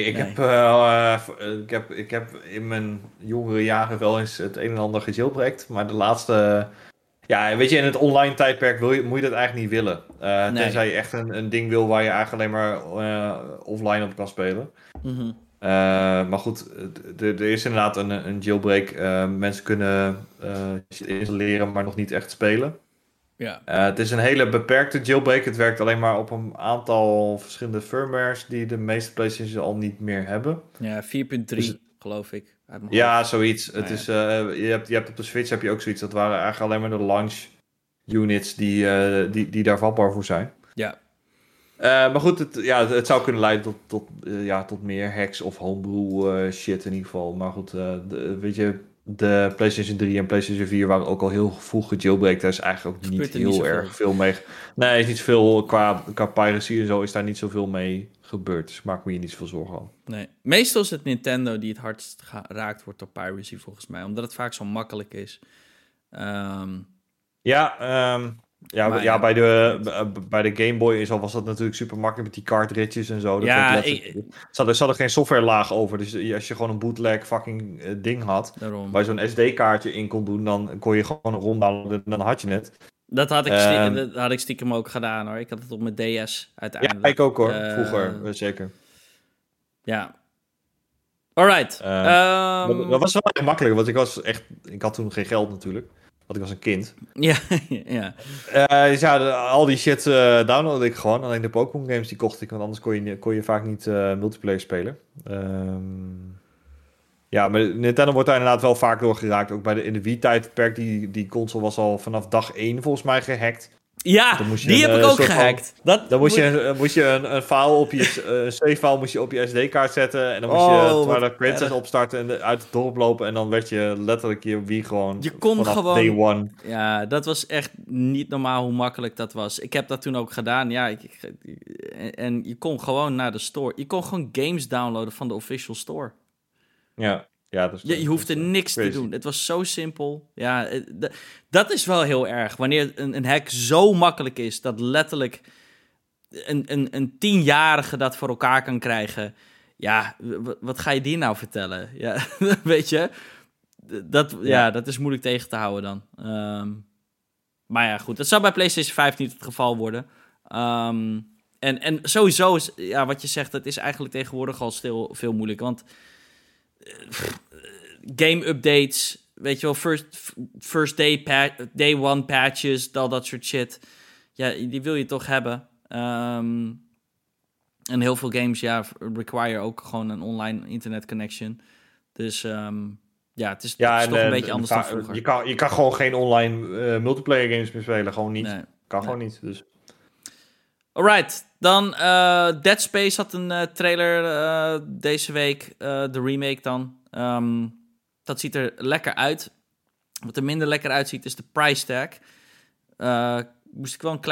ik heb in mijn jongere jaren wel eens het een en ander gejailbreakt. Maar de laatste... Ja, weet je, in het online tijdperk moet je dat eigenlijk niet willen. Tenzij je echt een ding wil waar je eigenlijk alleen maar offline op kan spelen. Mm-hmm. Maar goed, er is inderdaad een jailbreak. Mensen kunnen installeren, maar nog niet echt spelen. Ja. Het is een hele beperkte jailbreak. Het werkt alleen maar op een aantal verschillende firmwares die de meeste PlayStations al niet meer hebben. Ja, 4.3 geloof ik. Ja, zoiets. Het is, je hebt op de Switch heb je ook zoiets. Dat waren eigenlijk alleen maar de launch units die daar vatbaar voor zijn. Ja. Maar goed, het zou kunnen leiden tot meer hacks of homebrew shit in ieder geval. Maar goed, weet je, de PlayStation 3 en PlayStation 4 waren ook al heel vroeg gejailbreakt. Daar is eigenlijk ook niet heel erg veel mee. Nee, is niet veel qua piracy en zo is daar niet zoveel mee gebeurd. Dus maak me hier niet zoveel zorgen aan. Nee. Meestal is het Nintendo die het hardst geraakt wordt door piracy volgens mij. Omdat het vaak zo makkelijk is. Bij de Game Boy was dat natuurlijk super makkelijk met die cartridges en zo. Zat er geen softwarelaag over. Dus als je gewoon een bootleg fucking ding had, waar je zo'n SD-kaartje in kon doen, dan kon je gewoon een ronddownloaden en dan had je het. Dat had ik stiekem ook gedaan hoor. Ik had het op mijn DS uiteindelijk. Ja, ik ook hoor. Vroeger, zeker. Ja. Alright. Dat was wel echt makkelijk, want ik had toen geen geld natuurlijk. Want ik was een kind. Ja. Dus al die shit downloadde ik gewoon. Alleen de Pokémon games die kocht ik, want anders kon je vaak niet multiplayer spelen. Maar Nintendo wordt daar inderdaad wel vaak door geraakt. Ook in de Wii-tijdperk, die console was al vanaf dag 1 volgens mij gehackt. Ja, die heb ik ook gehackt. Dan moest je een file op een save-file moest je op je SD-kaart zetten. En dan moest je Twilight Princess opstarten en uit het dorp lopen. En dan werd je letterlijk je Wii gewoon day one. Ja, dat was echt niet normaal hoe makkelijk dat was. Ik heb dat toen ook gedaan. Ja, en je kon gewoon naar de store. Je kon gewoon games downloaden van de official store. Ja. Ja, je hoefde niks te doen. Het was zo simpel. Ja, dat is wel heel erg. Wanneer een hack zo makkelijk is dat letterlijk een 10-jarige dat voor elkaar kan krijgen. Ja, wat ga je die nou vertellen? Ja, weet je? Dat is moeilijk tegen te houden dan. Maar ja, goed. Dat zou bij PlayStation 5 niet het geval worden. En sowieso is, wat je zegt, dat is eigenlijk tegenwoordig al veel moeilijk. Want game updates, weet je wel, first day one patches, al dat soort shit. Ja, die wil je toch hebben. En heel veel games, require ook gewoon een online internet connection. Dus het is toch een beetje anders dan vroeger. Je kan gewoon geen online multiplayer games meer spelen. Gewoon niet. Nee, gewoon niet. Dus. Alright, dan Dead Space had een trailer deze week. De remake dan. Dat ziet er lekker uit. Wat er minder lekker uitziet is de price tag. Moest ik wel een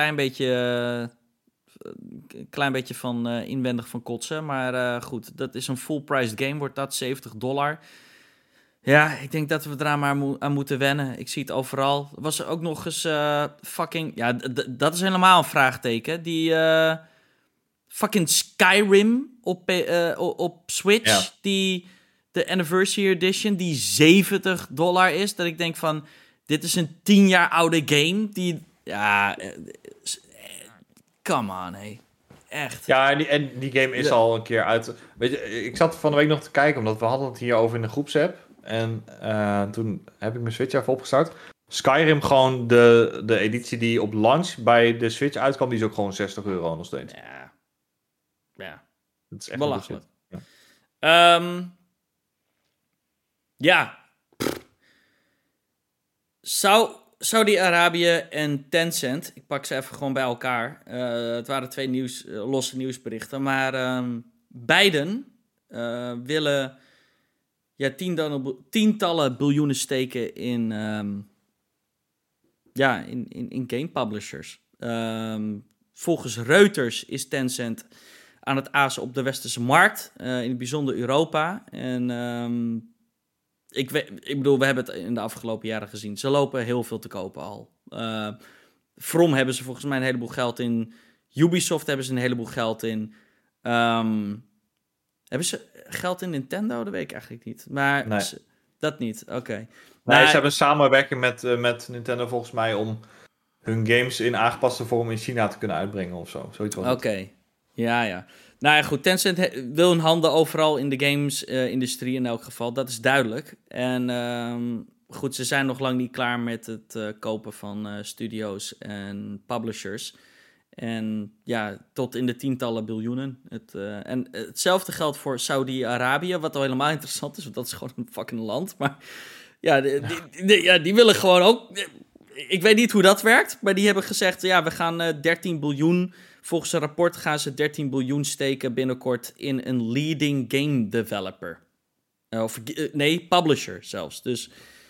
klein beetje van inwendig van kotsen. Maar goed, dat is een full-priced game, wordt dat $70. Ja, ik denk dat we eraan maar aan moeten wennen. Ik zie het overal. Was er ook nog eens fucking... Ja, dat is helemaal een vraagteken. Die fucking Skyrim op Switch. Ja. De Anniversary Edition, die $70 is. Dat ik denk van, dit is een 10 jaar oude game. Come on, hé. Echt. Ja, en die game is al een keer uit. Weet je, ik zat van de week nog te kijken, omdat we hadden het hier over in de groepsapp. En toen heb ik mijn Switch even opgestart. Skyrim, gewoon de editie die op launch bij de Switch uitkwam, die is ook gewoon €60 nog steeds. Ja. Dat is echt belachelijk. Saudi-Arabië en Tencent. Ik pak ze even gewoon bij elkaar. Het waren 2 losse nieuwsberichten. Maar beiden willen tientallen biljoenen steken in game publishers. Volgens Reuters is Tencent aan het azen op de westerse markt. In het bijzonder Europa. En ik bedoel, we hebben het in de afgelopen jaren gezien. Ze lopen heel veel te kopen al. From hebben ze volgens mij een heleboel geld in. Ubisoft hebben ze een heleboel geld in. Hebben ze geld in Nintendo? Dat weet ik eigenlijk niet. Maar Nee. Dat niet, oké. Nee, ze hebben een samenwerking met Nintendo volgens mij om hun games in aangepaste vorm in China te kunnen uitbrengen of zo. Zoiets was het. Oké, ja. Nou ja, goed, Tencent wil hun handen overal in de games-industrie in elk geval. Dat is duidelijk. En goed, ze zijn nog lang niet klaar met het kopen van studio's en publishers. En ja, tot in de tientallen biljoenen. En hetzelfde geldt voor Saudi-Arabië, wat al helemaal interessant is, want dat is gewoon een fucking land. Maar ja, die willen gewoon ook... Ik weet niet hoe dat werkt, maar die hebben gezegd, ja, we gaan 13 biljoen... Volgens een rapport gaan ze 13 biljoen steken binnenkort in een leading game developer. Publisher zelfs. Dus...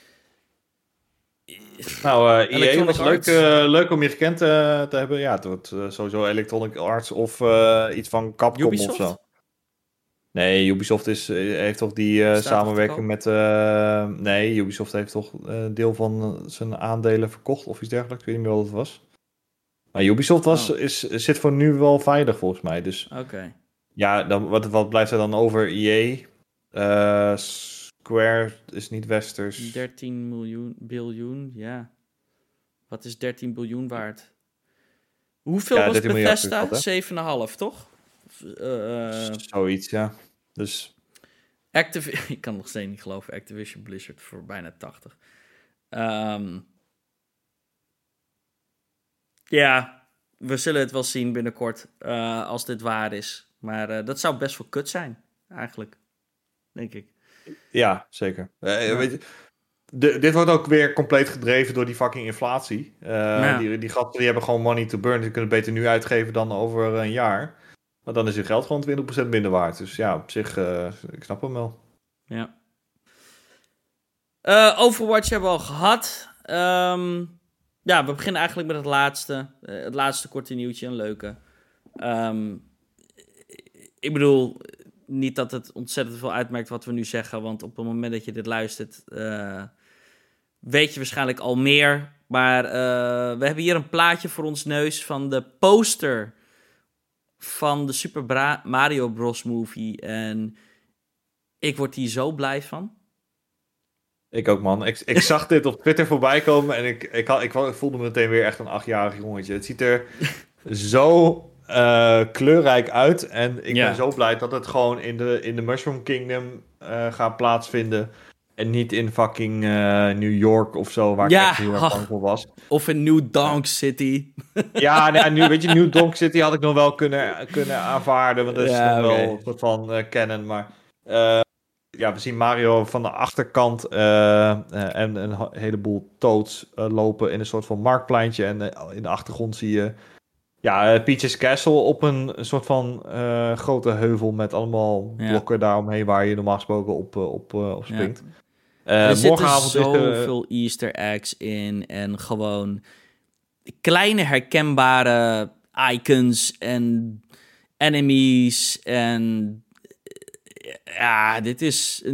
Nou, EA was leuk om je gekend te hebben. Ja, het wordt sowieso Electronic Arts of iets van Capcom Ubisoft? of zo. Nee, Ubisoft heeft toch die samenwerking met... nee, Ubisoft heeft toch een deel van zijn aandelen verkocht of iets dergelijks. Ik weet niet meer wat het was. Maar Ubisoft zit voor nu wel veilig volgens mij. Dus ja, dan, wat blijft er dan over? EA? Square is niet westers. 13 biljoen, ja. Wat is 13 biljoen waard? Hoeveel was Bethesda? 7,5, toch? Zoiets, ja. Dus... Ik kan nog steeds niet geloven. Activision Blizzard voor bijna 80. Ja, we zullen het wel zien binnenkort als dit waar is. Maar dat zou best wel kut zijn, eigenlijk. Denk ik. Ja, zeker. Weet je, dit wordt ook weer compleet gedreven door die fucking inflatie. Die gasten die hebben gewoon money to burn. Die kunnen het beter nu uitgeven dan over een jaar. Maar dan is hun geld gewoon 20% minder waard. Dus ja, op zich, ik snap hem wel. Ja. Overwatch hebben we al gehad. Ja, we beginnen eigenlijk met het laatste. Het laatste korte nieuwtje, een leuke. Ik bedoel, niet dat het ontzettend veel uitmaakt wat we nu zeggen, want op het moment dat je dit luistert, weet je waarschijnlijk al meer. Maar we hebben hier een plaatje voor ons neus van de poster van de Super Mario Bros. Movie. En ik word hier zo blij van. Ik ook, man. Ik zag dit op Twitter voorbij komen en ik voelde me meteen weer echt een 8-jarig jongetje. Het ziet er zo kleurrijk uit en ik ben zo blij dat het gewoon in de Mushroom Kingdom gaat plaatsvinden en niet in fucking New York of zo, waar ik echt heel erg bang voor was. Of in New Donk City. Ja, nu weet je, New Donk City had ik nog wel kunnen aanvaarden, want dat is nog wel een soort van canon, maar... ja, we zien Mario van de achterkant en een heleboel Toads lopen in een soort van marktpleintje. En in de achtergrond zie je Peach's Castle op een soort van grote heuvel met allemaal blokken daaromheen waar je normaal gesproken op springt. Er zitten zoveel Easter eggs in en gewoon kleine herkenbare icons en enemies en... Ja, dit is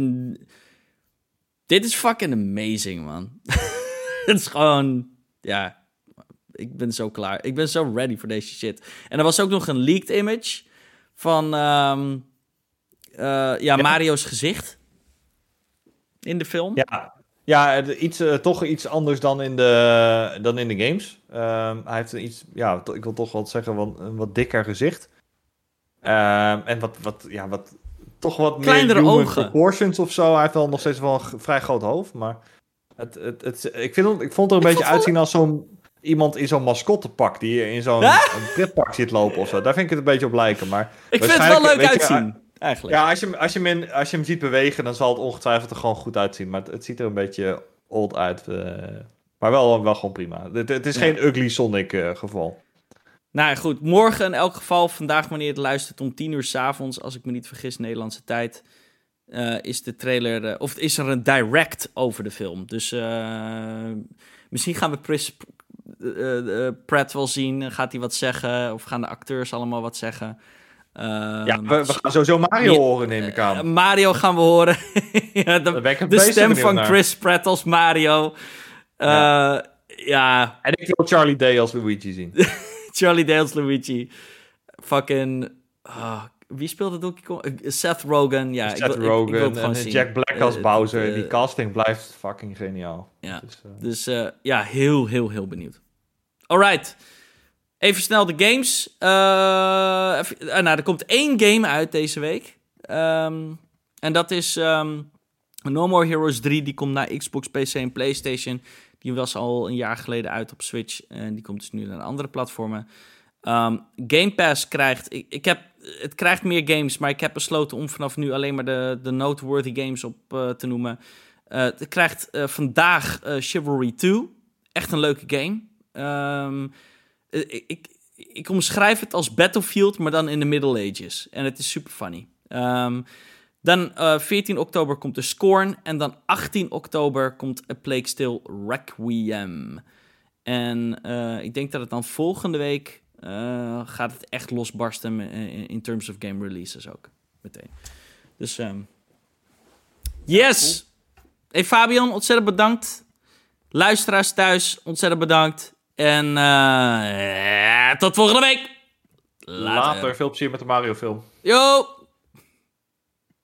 fucking amazing, man. Het is gewoon... Ja, ik ben zo klaar. Ik ben zo ready voor deze shit. En er was ook nog een leaked image van Mario's gezicht in de film. Ja, toch iets anders dan in de games. Hij heeft ik wil toch wel zeggen, een wat dikker gezicht. En wat toch wat kleinere meer ogen, proportions of zo. Hij heeft wel nog steeds wel een vrij groot hoofd, maar ik vond er een beetje uitzien als iemand in zo'n mascottepak die in zo'n pretpark zit lopen of zo. Daar vind ik het een beetje op lijken, maar ik vind het wel leuk uitzien, eigenlijk. Ja, als je hem ziet bewegen, dan zal het ongetwijfeld er gewoon goed uitzien, maar het ziet er een beetje old uit. Maar wel gewoon prima. Het is geen ugly Sonic geval. Nou goed, morgen in elk geval, vandaag wanneer je het luistert om 10:00 s'avonds, als ik me niet vergis, Nederlandse tijd, is de trailer, of is er een direct over de film. Dus misschien gaan we Pratt wel zien, gaat hij wat zeggen, of gaan de acteurs allemaal wat zeggen. We gaan sowieso Mario horen, neem ik aan. Mario gaan we horen. de stem van Chris Pratt als Mario. Ja. En ik wil Charlie Day als Luigi zien. Charlie Day als Luigi. Fucking... wie speelde Donkey Kong? Seth Rogen. Ja, Seth Rogen ik wil het gewoon en zien. Jack Black als Bowser. Die casting blijft fucking geniaal. Ja. Dus heel, heel, heel benieuwd. Alright. Even snel de games. Er komt 1 game uit deze week. En dat is No More Heroes 3. Die komt naar Xbox, PC en PlayStation. Die was al een jaar geleden uit op Switch. En die komt dus nu naar andere platformen. Game Pass krijgt... Het krijgt meer games, maar ik heb besloten om vanaf nu alleen maar de noteworthy games op te noemen. Het krijgt vandaag Chivalry 2. Echt een leuke game. Ik omschrijf het als Battlefield, maar dan in de Middle Ages. En het is super funny. Dan 14 oktober komt de Scorn. En dan 18 oktober komt A Plague Tale Requiem. En ik denk dat het dan volgende week gaat het echt losbarsten in terms of game releases ook. Meteen. Dus yes! Hey Fabian, ontzettend bedankt. Luisteraars thuis, ontzettend bedankt. En tot volgende week. Later. Veel plezier met de Mario film. Yo!